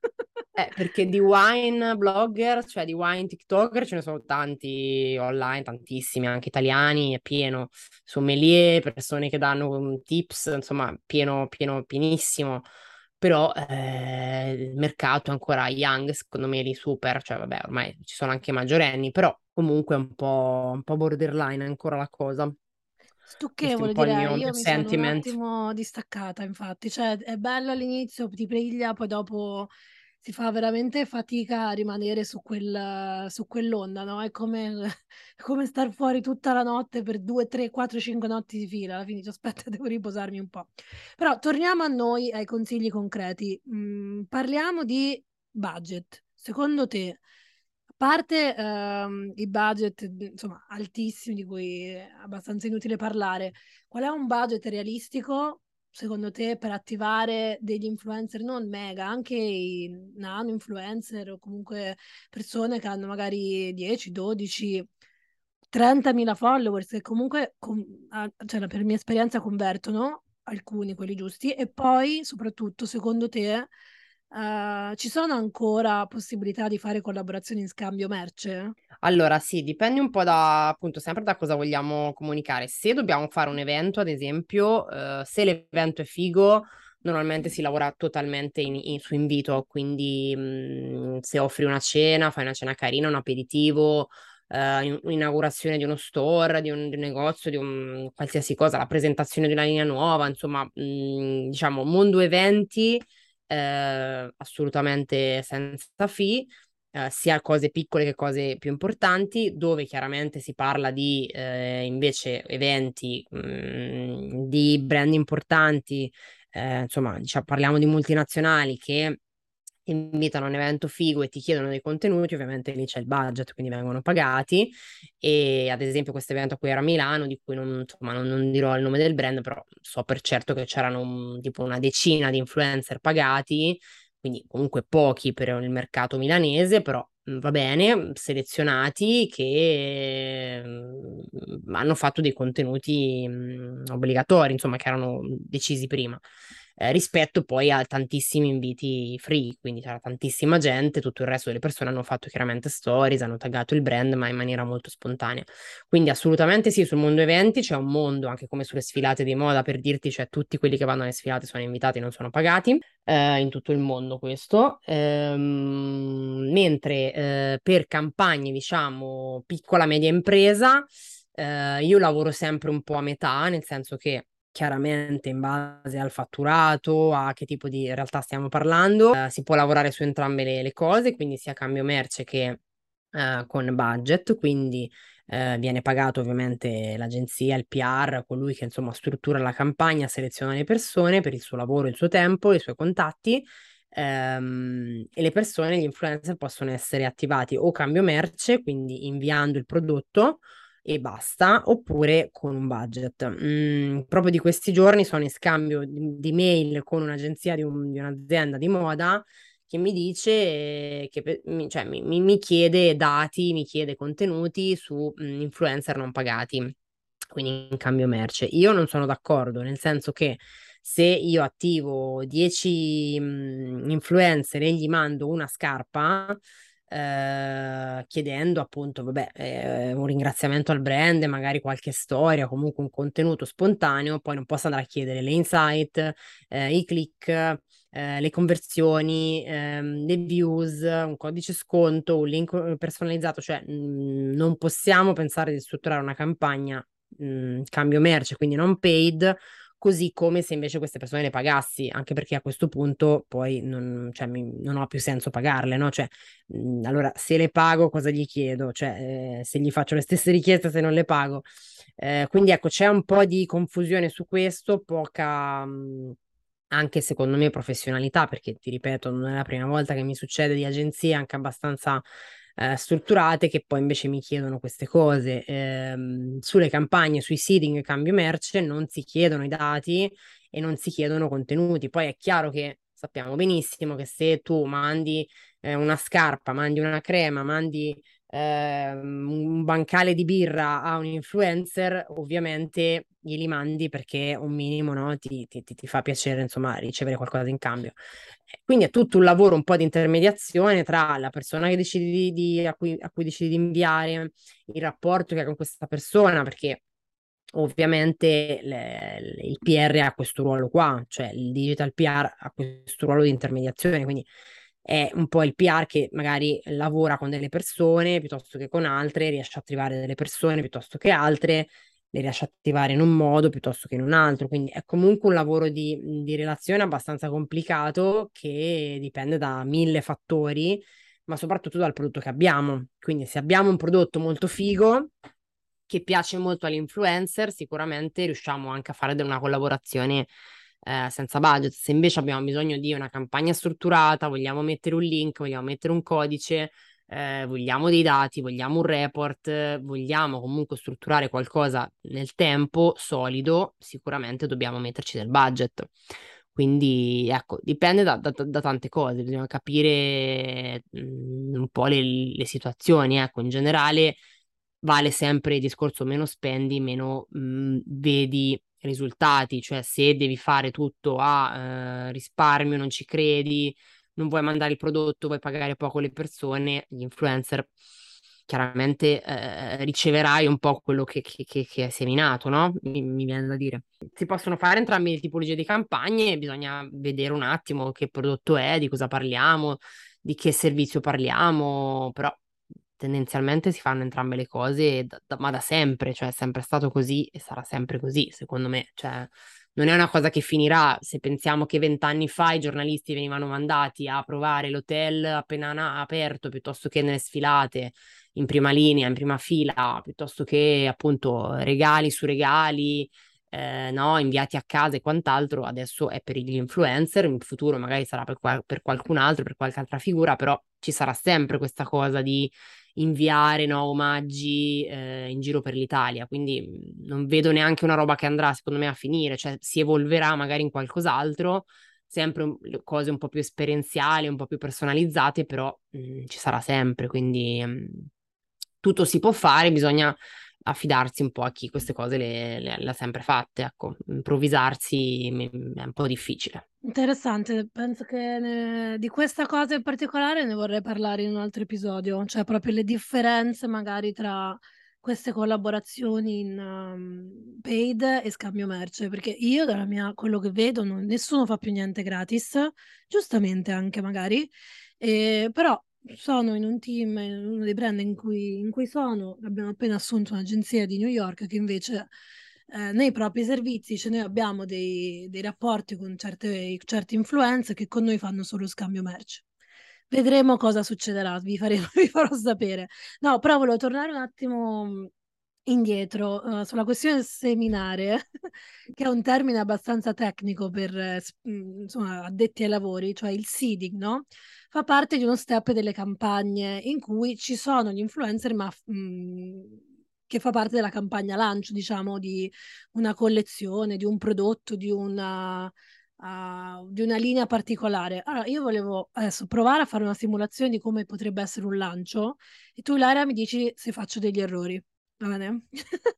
eh, perché di wine blogger, cioè di wine TikToker, ce ne sono tanti online, tantissimi, anche italiani, è pieno. Sommelier, persone che danno um, tips, insomma, pieno, pieno, pienissimo. Però eh, il mercato è ancora young, secondo me, lì super, cioè vabbè, ormai ci sono anche maggiorenni, però comunque è un po', un po' borderline ancora la cosa. Questo è un Stucchevole po' il direi, mio, mio io mi sono un sentiment. attimo distaccata infatti, cioè è bello all'inizio, ti priglia, poi dopo si fa veramente fatica a rimanere su, quel, su quell'onda, no? È come, come star fuori tutta la notte per due, tre, quattro, cinque notti di fila. Alla fine dici, aspetta, devo riposarmi un po'. Però torniamo a noi, ai consigli concreti. Mm, parliamo di budget. Secondo te, a parte ehm, i budget, insomma, altissimi, di cui è abbastanza inutile parlare, qual è un budget realistico, secondo te, per attivare degli influencer, non mega, anche i nano influencer o comunque persone che hanno magari dieci, dodici, trentamila followers che comunque, com- ah, cioè, per mia esperienza, convertono alcuni, quelli giusti, e poi, soprattutto, secondo te, eh, ci sono ancora possibilità di fare collaborazioni in scambio merce? Allora, sì, dipende un po' da, appunto, sempre da cosa vogliamo comunicare. Se dobbiamo fare un evento, ad esempio, eh, se l'evento è figo, normalmente si lavora totalmente in- in- su invito, quindi mh, se offri una cena, fai una cena carina, un aperitivo, eh, in- un'inaugurazione di uno store, di un, di un negozio, di un qualsiasi cosa, la presentazione di una linea nuova, insomma, mh, diciamo, mondo eventi, eh, assolutamente senza fee, eh, sia cose piccole che cose più importanti, dove chiaramente si parla di eh, invece eventi mh, di brand importanti, eh, insomma, diciamo, parliamo di multinazionali che ti invitano a un evento figo e ti chiedono dei contenuti, ovviamente lì c'è il budget, quindi vengono pagati. E ad esempio questo evento a cui era a Milano, di cui non, insomma, non, non dirò il nome del brand, però so per certo che c'erano un- tipo una decina di influencer pagati, quindi comunque pochi per il mercato milanese, però mh, va bene, selezionati che mh, hanno fatto dei contenuti mh, obbligatori, insomma, che erano decisi prima. Eh, rispetto poi a tantissimi inviti free, quindi c'era tantissima gente, tutto il resto delle persone hanno fatto chiaramente stories, hanno taggato il brand, ma in maniera molto spontanea. Quindi assolutamente sì, sul mondo eventi c'è un mondo, anche come sulle sfilate di moda, per dirti, cioè tutti quelli che vanno alle sfilate sono invitati, non sono pagati, eh, in tutto il mondo questo. Ehm, mentre eh, per campagne, diciamo, piccola media impresa, eh, io lavoro sempre un po' a metà, nel senso che chiaramente in base al fatturato, a che tipo di realtà stiamo parlando, eh, si può lavorare su entrambe le, le cose, quindi sia cambio merce che eh, con budget, quindi eh, viene pagato ovviamente l'agenzia, il P R, colui che insomma struttura la campagna, seleziona le persone per il suo lavoro, il suo tempo, i suoi contatti. ehm, e le persone, gli influencer possono essere attivati o cambio merce, quindi inviando il prodotto e basta, oppure con un budget. Mm, proprio di questi giorni sono in scambio di, di mail con un'agenzia di, un- di un'azienda di moda che mi dice eh, che pe- mi, cioè, mi, mi- mi chiede dati, mi chiede contenuti su mm, influencer non pagati, quindi in cambio merce. Io non sono d'accordo, nel senso che se io attivo dieci mm, influencer e gli mando una scarpa, eh, chiedendo appunto, vabbè, eh, un ringraziamento al brand, magari qualche storia, comunque un contenuto spontaneo, poi non posso andare a chiedere le insight, eh, i click, eh, le conversioni, ehm, le views, un codice sconto, un link eh, personalizzato, cioè mh, non possiamo pensare di strutturare una campagna mh, cambio merce, quindi non paid, così come se invece queste persone le pagassi, anche perché a questo punto poi non, cioè, mi- non ha più senso pagarle, no? Cioè, mh, allora se le pago cosa gli chiedo? Cioè, eh, se gli faccio le stesse richieste se non le pago. Eh, quindi ecco, c'è un po' di confusione su questo, poca... mh, anche secondo me professionalità, perché ti ripeto, non è la prima volta che mi succede di agenzie anche abbastanza eh, strutturate che poi invece mi chiedono queste cose. Ehm, sulle campagne, sui seeding cambio merce non si chiedono i dati e non si chiedono contenuti. Poi è chiaro che sappiamo benissimo che se tu mandi eh, una scarpa, mandi una crema, mandi ehm, un bancale di birra a un influencer, ovviamente glieli mandi perché un minimo, no, ti, ti- ti- ti fa piacere, insomma, ricevere qualcosa in cambio. Quindi è tutto un lavoro un po' di intermediazione tra la persona che decidi di, di- a cui, a cui decidi di inviare, il rapporto che hai con questa persona, perché ovviamente le- le- il P R ha questo ruolo qua, cioè il digital P R ha questo ruolo di intermediazione, quindi è un po' il P R che magari lavora con delle persone piuttosto che con altre, riesce a attivare delle persone piuttosto che altre. le riesci a attivare in un modo piuttosto che in un altro, quindi è comunque un lavoro di, di relazione abbastanza complicato che dipende da mille fattori, ma soprattutto dal prodotto che abbiamo. Quindi se abbiamo un prodotto molto figo che piace molto all'influencer, sicuramente riusciamo anche a fare una collaborazione eh, senza budget. Se invece abbiamo bisogno di una campagna strutturata, vogliamo mettere un link, vogliamo mettere un codice, eh, vogliamo dei dati, vogliamo un report, eh, vogliamo comunque strutturare qualcosa nel tempo solido, sicuramente dobbiamo metterci del budget. Quindi ecco, dipende da, da- da tante cose, bisogna capire mm, un po' le, le situazioni, ecco, in generale vale sempre il discorso meno spendi, meno mh, vedi risultati, cioè se devi fare tutto a eh, risparmio, non ci credi, non vuoi mandare il prodotto, vuoi pagare poco le persone, gli influencer, chiaramente eh, riceverai un po' quello che, che, che, che è seminato, no? Mi, mi viene da dire. Si possono fare entrambe le tipologie di campagne, bisogna vedere un attimo che prodotto è, di cosa parliamo, di che servizio parliamo, però tendenzialmente si fanno entrambe le cose, da- da- ma da sempre, cioè è sempre stato così e sarà sempre così, secondo me. Cioè, non è una cosa che finirà. Se pensiamo che vent'anni fa i giornalisti venivano mandati a provare l'hotel appena na- aperto, piuttosto che nelle sfilate, in prima linea, in prima fila, piuttosto che appunto regali su regali, eh, no, inviati a casa e quant'altro, adesso è per gli influencer, in futuro magari sarà per, qual- per qualcun altro, per qualche altra figura, però ci sarà sempre questa cosa di inviare, no, omaggi eh, in giro per l'Italia, quindi mh, non vedo neanche una roba che andrà secondo me a finire, cioè si evolverà magari in qualcos'altro, sempre un- le cose un po' più esperienziali, un po' più personalizzate, però mh, ci sarà sempre, quindi mh, tutto si può fare, bisogna affidarsi un po' a chi queste cose le, le- le ha sempre fatte, ecco, improvvisarsi mh, è un po' difficile. Interessante, penso che ne- di questa cosa in particolare ne vorrei parlare in un altro episodio, cioè proprio le differenze magari tra queste collaborazioni in um, paid e scambio merce, perché io dalla mia, quello che vedo, non- nessuno fa più niente gratis, giustamente anche magari, eh, però sono in un team, in uno dei brand in cui, in cui sono, abbiamo appena assunto un'agenzia di New York che invece eh, nei propri servizi, cioè noi abbiamo dei, dei rapporti con certe, certi influencer che con noi fanno solo scambio merce. Vedremo cosa succederà, vi, faremo, vi farò sapere. No, però volevo tornare un attimo mh, indietro eh, sulla questione del seminare, che è un termine abbastanza tecnico per eh, s- mh, insomma, addetti ai lavori, cioè il seeding, no? Fa parte di uno step delle campagne in cui ci sono gli influencer, ma mh, che fa parte della campagna lancio, diciamo, di una collezione, di un prodotto, di una, uh, di una linea particolare. Allora, io volevo adesso provare a fare una simulazione di come potrebbe essere un lancio e tu, Lara, mi dici se faccio degli errori. Va bene?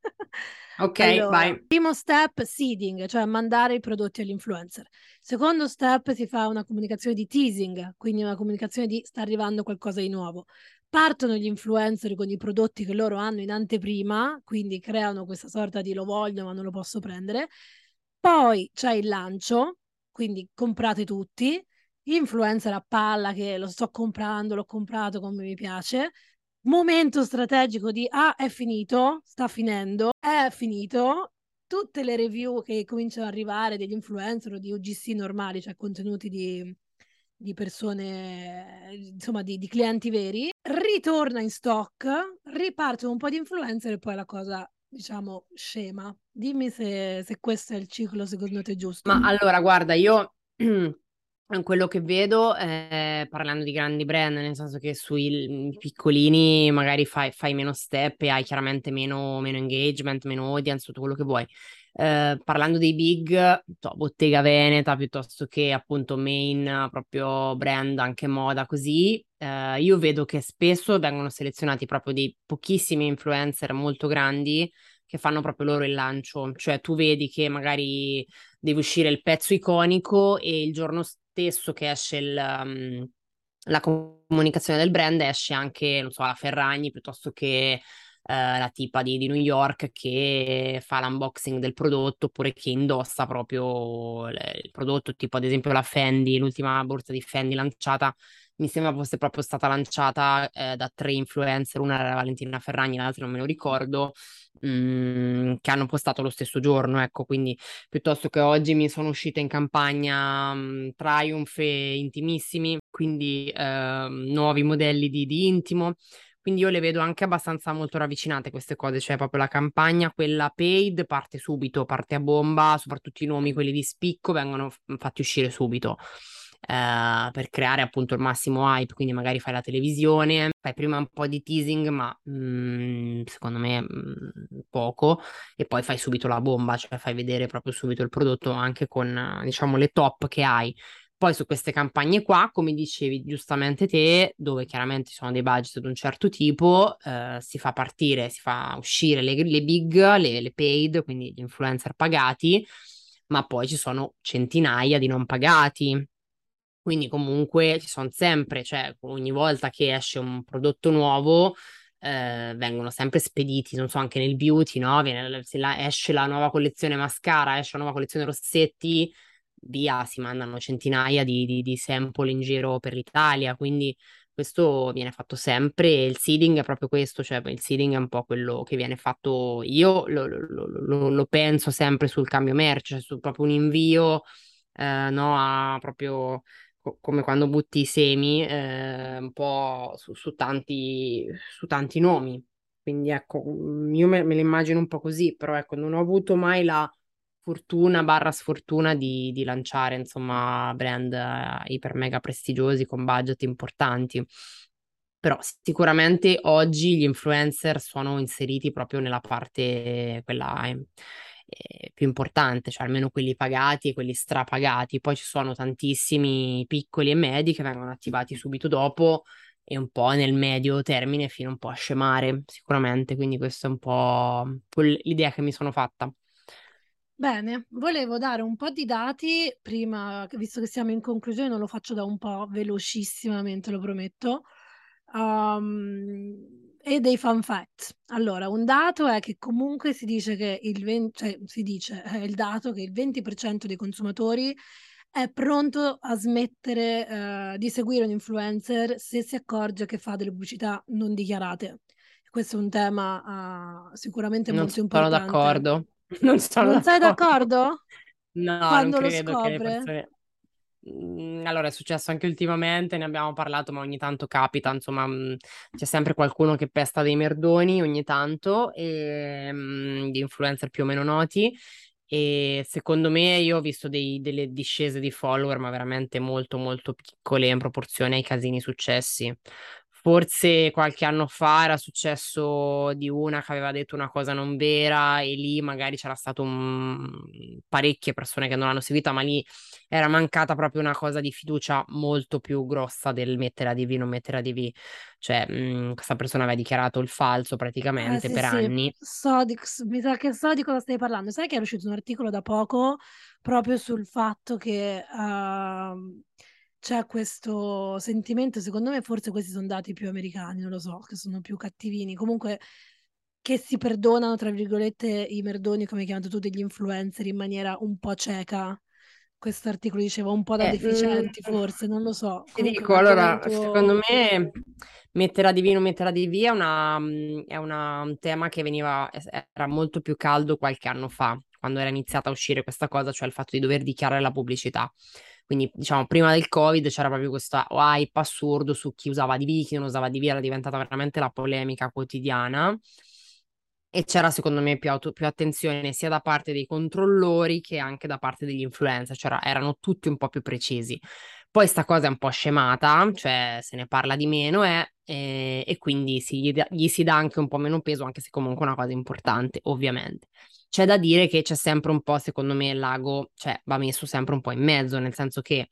Ok, Allora, vai. primo step, seeding, cioè mandare i prodotti agli influencer. Secondo step si fa una comunicazione di teasing, quindi una comunicazione di sta arrivando qualcosa di nuovo. Partono gli influencer con i prodotti che loro hanno in anteprima, quindi creano questa sorta di lo voglio ma non lo posso prendere. Poi c'è il lancio, quindi comprate tutti. Influencer a palla che lo sto comprando, l'ho comprato come mi piace. Momento strategico di ah, è finito, sta finendo, è finito. Tutte le review che cominciano ad arrivare degli influencer o di U G C normali, cioè contenuti di, di persone, insomma, di, di clienti veri, ritorna in stock, ripartono un po' di influencer e poi la cosa, diciamo, scema. Dimmi se, se questo è il ciclo secondo te giusto. Ma allora, guarda, io quello che vedo, eh, parlando di grandi brand, nel senso che sui l- piccolini magari fai, fai meno step e hai chiaramente meno, meno engagement, meno audience, tutto quello che vuoi. Eh, parlando dei big, so, Bottega Veneta piuttosto che appunto main, eh, proprio brand, anche moda così, eh, io vedo che spesso vengono selezionati proprio dei pochissimi influencer molto grandi che fanno proprio loro il lancio, cioè tu vedi che magari deve uscire il pezzo iconico e il giorno stesso che esce il, um, la comunicazione del brand esce anche, non so, la Ferragni piuttosto che eh, la tipa di, di New York che fa l'unboxing del prodotto oppure che indossa proprio le- il prodotto, tipo ad esempio la Fendi, l'ultima borsa di Fendi lanciata mi sembra fosse proprio stata lanciata eh, da tre influencer, una era Valentina Ferragni, l'altra non me lo ricordo, mh, che hanno postato lo stesso giorno, ecco, quindi piuttosto che oggi mi sono uscita in campagna mh, Triumph e Intimissimi, quindi ehm, nuovi modelli di, di intimo. Quindi io le vedo anche abbastanza molto ravvicinate queste cose, cioè proprio la campagna, quella paid, parte subito, parte a bomba, soprattutto i nomi, quelli di spicco, vengono f- fatti uscire subito. Eh, per creare appunto il massimo hype, quindi magari fai la televisione, fai prima un po' di teasing, ma mm, secondo me mm, poco, e poi fai subito la bomba, cioè fai vedere proprio subito il prodotto anche con, eh, diciamo, le top che hai. Poi su queste campagne qua, come dicevi giustamente te, dove chiaramente ci sono dei budget di un certo tipo, eh, si fa partire, si fa uscire le, le big, le, le paid, quindi gli influencer pagati, ma poi ci sono centinaia di non pagati. Quindi comunque ci sono sempre, cioè ogni volta che esce un prodotto nuovo, eh, vengono sempre spediti, non so, anche nel beauty, no? Viene- se la- esce la nuova collezione mascara, esce la nuova collezione rossetti, via, si mandano centinaia di, di, di sample in giro per l'Italia, quindi questo viene fatto sempre. E il seeding è proprio questo, cioè il seeding è un po' quello che viene fatto, io lo, lo- lo- lo- lo penso sempre sul cambio merce, cioè su proprio un invio, eh, no, a proprio co- come quando butti i semi, eh, un po' su, su tanti, su tanti nomi. Quindi ecco, mm, io me, me lo immagino un po' così, però ecco, non ho avuto mai la fortuna barra sfortuna di, di lanciare, insomma, brand eh, iper mega prestigiosi con budget importanti. Però sicuramente oggi gli influencer sono inseriti proprio nella parte quella eh, eh, più importante, cioè almeno quelli pagati e quelli strapagati. Poi ci sono tantissimi piccoli e medi che vengono attivati subito dopo e un po' nel medio termine fino un po' a scemare, sicuramente. Quindi questa è un po' quel- l'idea che mi sono fatta. Bene, volevo dare un po' di dati prima, che- visto che siamo in conclusione, non lo faccio da un po' velocissimamente, lo prometto. Um, e dei fun fact. Allora, un dato è che comunque si dice che il venti, cioè, si dice, è il dato che il venti per cento dei consumatori è pronto a smettere, eh, di seguire un influencer se si accorge che fa delle pubblicità non dichiarate. Questo è un tema, eh, sicuramente Non molto sono importante. d'accordo, non sono Non sei d'accordo. d'accordo? No, non Quando lo credo che le scopre? persone... Mm, Allora, è successo anche ultimamente, ne abbiamo parlato, ma ogni tanto capita, insomma, mm, c'è sempre qualcuno che pesta dei merdoni ogni tanto, e, mm, di influencer più o meno noti. E secondo me io ho visto dei- delle discese di follower, ma veramente molto, molto piccole in proporzione ai casini successi. Forse qualche anno fa era successo di una che aveva detto una cosa non vera e lì magari c'era stato un... parecchie persone che non l'hanno seguita, ma lì era mancata proprio una cosa di fiducia molto più grossa del mettere a D V, non mettere a D V. Cioè, mh, questa persona aveva dichiarato il falso Ah, praticamente sì, per sì, anni. so di, mi sa che so di cosa stai parlando. Sai che è uscito un articolo da poco proprio sul fatto che ehm, c'è questo sentimento, secondo me forse questi sono dati più americani, non lo so, che sono più cattivini, comunque che si perdonano, tra virgolette, i merdoni, come hai chiamato tu, degli influencer in maniera un po' cieca. Questo articolo diceva un po' da Eh, mm, deficienti, forse, non lo so. ti Comunque è un dico, allora, argomento... secondo me mettere a D V, non mettere a D V è, una, mm, è una- un tema che veniva, era molto più caldo qualche anno fa, quando era iniziata a uscire questa cosa, cioè il fatto di dover dichiarare la pubblicità. Quindi, diciamo, prima del Covid c'era proprio questo hype assurdo su chi usava D V, chi non usava D V, era diventata veramente la polemica quotidiana. E c'era secondo me più, auto- più attenzione sia da parte dei controllori che anche da parte degli influencer, c'era, erano tutti un po' più precisi. Poi sta cosa è un po' scemata, cioè se ne parla di meno eh, e, e quindi si- gli, da- gli si dà anche un po' meno peso, anche se comunque è una cosa importante, ovviamente. C'è da dire che c'è sempre un po', secondo me, il lago, cioè va messo sempre un po' in mezzo, nel senso che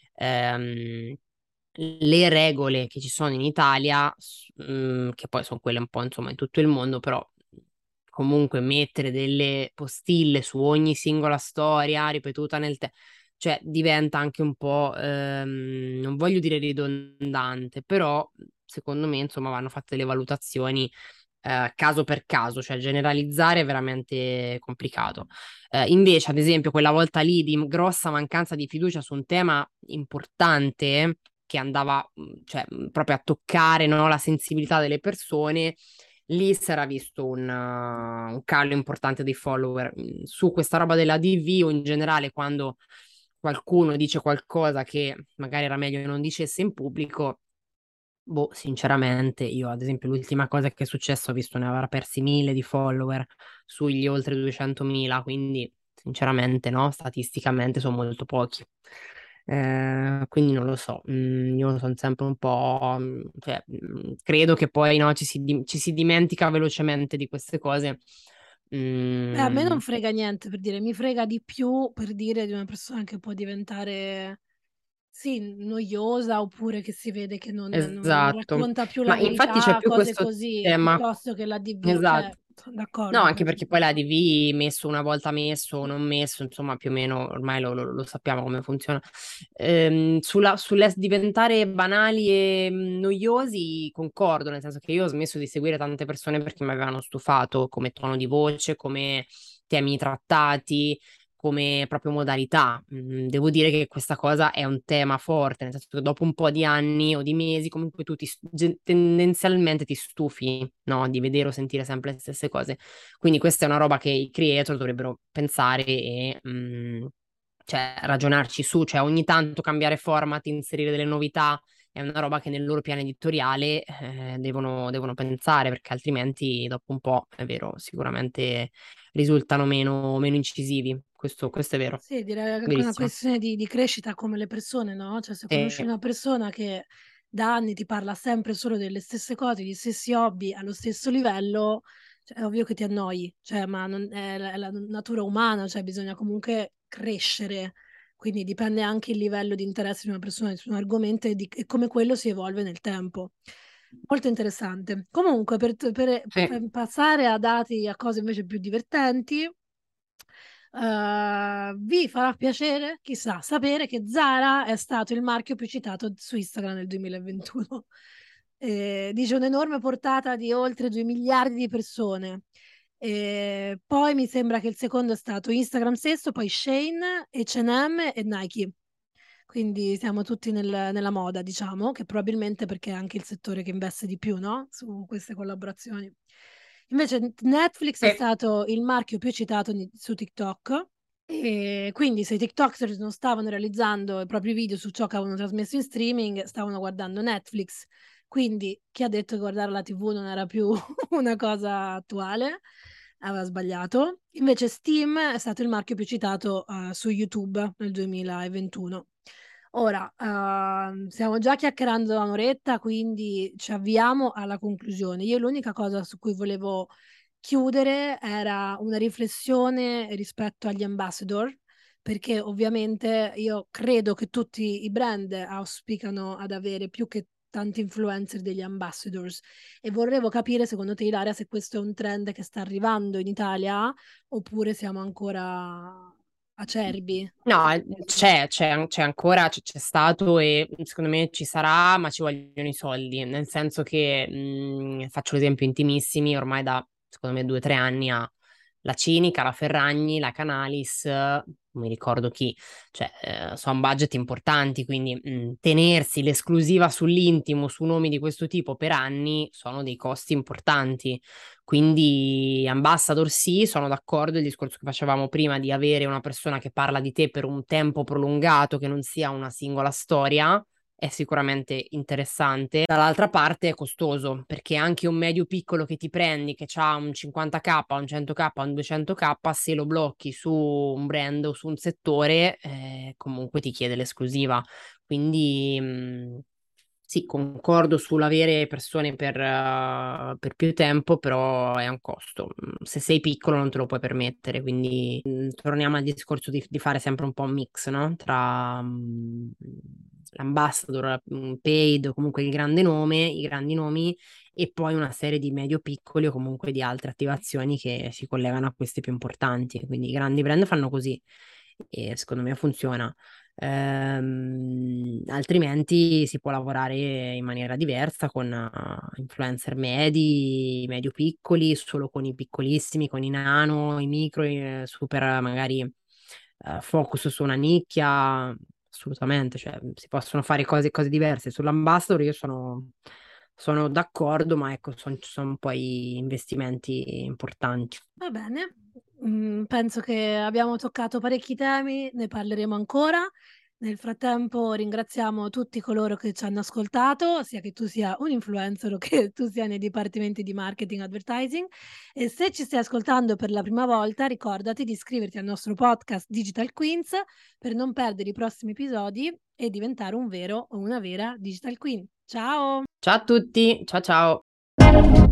ehm, le regole che ci sono in Italia, s- mm, che poi sono quelle un po' insomma in tutto il mondo, però comunque mettere delle postille su ogni singola storia ripetuta nel tempo, cioè diventa anche un po', ehm, non voglio dire ridondante, però secondo me insomma vanno fatte le valutazioni eh, caso per caso, cioè generalizzare è veramente complicato. Eh, invece, ad esempio, quella volta lì di grossa mancanza di fiducia su un tema importante che andava, cioè, proprio a toccare, no, la sensibilità delle persone, lì si era visto un, uh, un calo importante dei follower. Su questa roba della D V o in generale quando qualcuno dice qualcosa che magari era meglio che non dicesse in pubblico, boh, sinceramente, io ad esempio l'ultima cosa che è successo ho visto ne avrà persi mille di follower sugli oltre duecentomila, quindi sinceramente no, statisticamente sono molto pochi. Eh, quindi non lo so, mm, io sono sempre un po', mm, cioè, mm, credo che poi no, ci si, di- ci si dimentica velocemente di queste cose. Beh, a me Mm, non frega niente per dire, mi frega di più per dire di una persona che può diventare, sì, noiosa oppure che si vede che non, non- non esatto, racconta più la ma infatti c'è verità, più cose questo così, tema, piuttosto che la D V, cioè, esatto. sono No, d'accordo anche poi su perché poi la questo. D V messo una volta messo o non messo, insomma, più o meno ormai lo, lo- lo sappiamo come funziona. Ehm, sulla, sulle diventare banali e mm, noiosi, concordo, nel senso che io ho smesso di seguire tante persone perché mi avevano stufato come tono di voce, come temi trattati, come proprio modalità. Mm, devo dire che questa cosa è un tema forte, nel senso che dopo un po' di anni o di mesi, comunque tu ti, gen- tendenzialmente ti stufi, no, di vedere o sentire sempre le stesse cose. Quindi questa è una roba che i creator dovrebbero pensare e mm, cioè, ragionarci su, cioè ogni tanto cambiare format, inserire delle novità, è una roba che nel loro piano editoriale eh, devono, devono pensare, perché altrimenti dopo un po', è vero, sicuramente risultano meno, meno incisivi. Questo, questo è vero, Sì, direi anche una verissimo. questione di, di crescita come le persone, no? Cioè, se conosci Sì, una persona che da anni ti parla sempre solo delle stesse cose, gli stessi hobby allo stesso livello, cioè, è ovvio che ti annoi, cioè, ma non, è, la, è la natura umana, cioè bisogna comunque crescere, quindi dipende anche il livello di interesse di una persona su un argomento e, di, e come quello si evolve nel tempo. Molto interessante. Comunque, per, per sì. per passare a dati, a cose invece più divertenti. Uh, vi farà piacere, chissà, sapere che Zara è stato il marchio più citato su Instagram nel duemilaventuno. Eh, dice un'enorme portata di oltre due miliardi di persone. Eh, poi mi sembra che il secondo è stato Instagram stesso, poi Shane, acca e emme e Nike. Quindi siamo tutti nel- nella moda, diciamo, che probabilmente perché è anche il settore che investe di più, no? Su queste collaborazioni. Invece Netflix è Sì. stato il marchio più citato ni- su TikTok e quindi se i TikToker non stavano realizzando i propri video su ciò che avevano trasmesso in streaming, stavano guardando Netflix. Quindi chi ha detto che guardare la T V non era più una cosa attuale aveva sbagliato. Invece Steam è stato il marchio più citato eh, su YouTube nel duemilaventuno. Ora, ehm, stiamo già chiacchierando da un'oretta, quindi ci avviamo alla conclusione. Io l'unica cosa su cui volevo chiudere era una riflessione rispetto agli ambassador, perché ovviamente io credo che tutti i brand auspicano ad avere più che tanti influencer degli ambassadors e vorrevo capire secondo te Ilaria se questo è un trend che sta arrivando in Italia oppure siamo ancora acerbi No, su eh, questo. c'è, c'è, c'è ancora, c'è c'è stato e secondo me ci sarà, ma ci vogliono i soldi, nel senso che, mh, faccio l'esempio intimissimi, ormai da, secondo me, due o tre anni a la Cinica, la Ferragni, la Canalis, eh, non mi ricordo chi, cioè, eh, sono budget importanti, quindi mh, tenersi l'esclusiva sull'intimo, su nomi di questo tipo per anni, sono dei costi importanti. Quindi ambassador sì, sono d'accordo, il discorso che facevamo prima di avere una persona che parla di te per un tempo prolungato, che non sia una singola storia, è sicuramente interessante. Dall'altra parte è costoso, perché anche un medio piccolo che ti prendi, che ha un cinquanta k, un cento k, un duecento k, se lo blocchi su un brand o su un settore, eh, comunque ti chiede l'esclusiva. Quindi mh, sì, concordo sull'avere persone per, eh, per più tempo, però è un costo. Mm, Se sei piccolo non te lo puoi permettere, quindi mm, torniamo al discorso di, di fare sempre un po' un mix, no? Tra mm, l'ambassador, mm, paid, o comunque il grande nome, i grandi nomi, e poi una serie di medio-piccoli o comunque di altre attivazioni che si collegano a queste più importanti. Quindi i grandi brand fanno così e secondo me funziona. Ehm, altrimenti si può lavorare in maniera diversa con eh, influencer medi, medio-piccoli, solo con i piccolissimi, con i nano, i micro, i super magari eh, focus su una nicchia. assolutamente, cioè si possono fare cose, cose diverse. Sull'ambassador io sono, sono d'accordo, ma ecco, son- ci sono poi investimenti importanti. Va bene. Mm, penso che abbiamo toccato parecchi temi, ne parleremo ancora. Nel frattempo ringraziamo tutti coloro che ci hanno ascoltato, sia che tu sia un influencer o che tu sia nei dipartimenti di marketing e advertising. E se ci stai ascoltando per la prima volta, ricordati di iscriverti al nostro podcast Digital Queens per non perdere i prossimi episodi e diventare un vero o una vera Digital Queen. Ciao! Ciao a tutti, ciao ciao!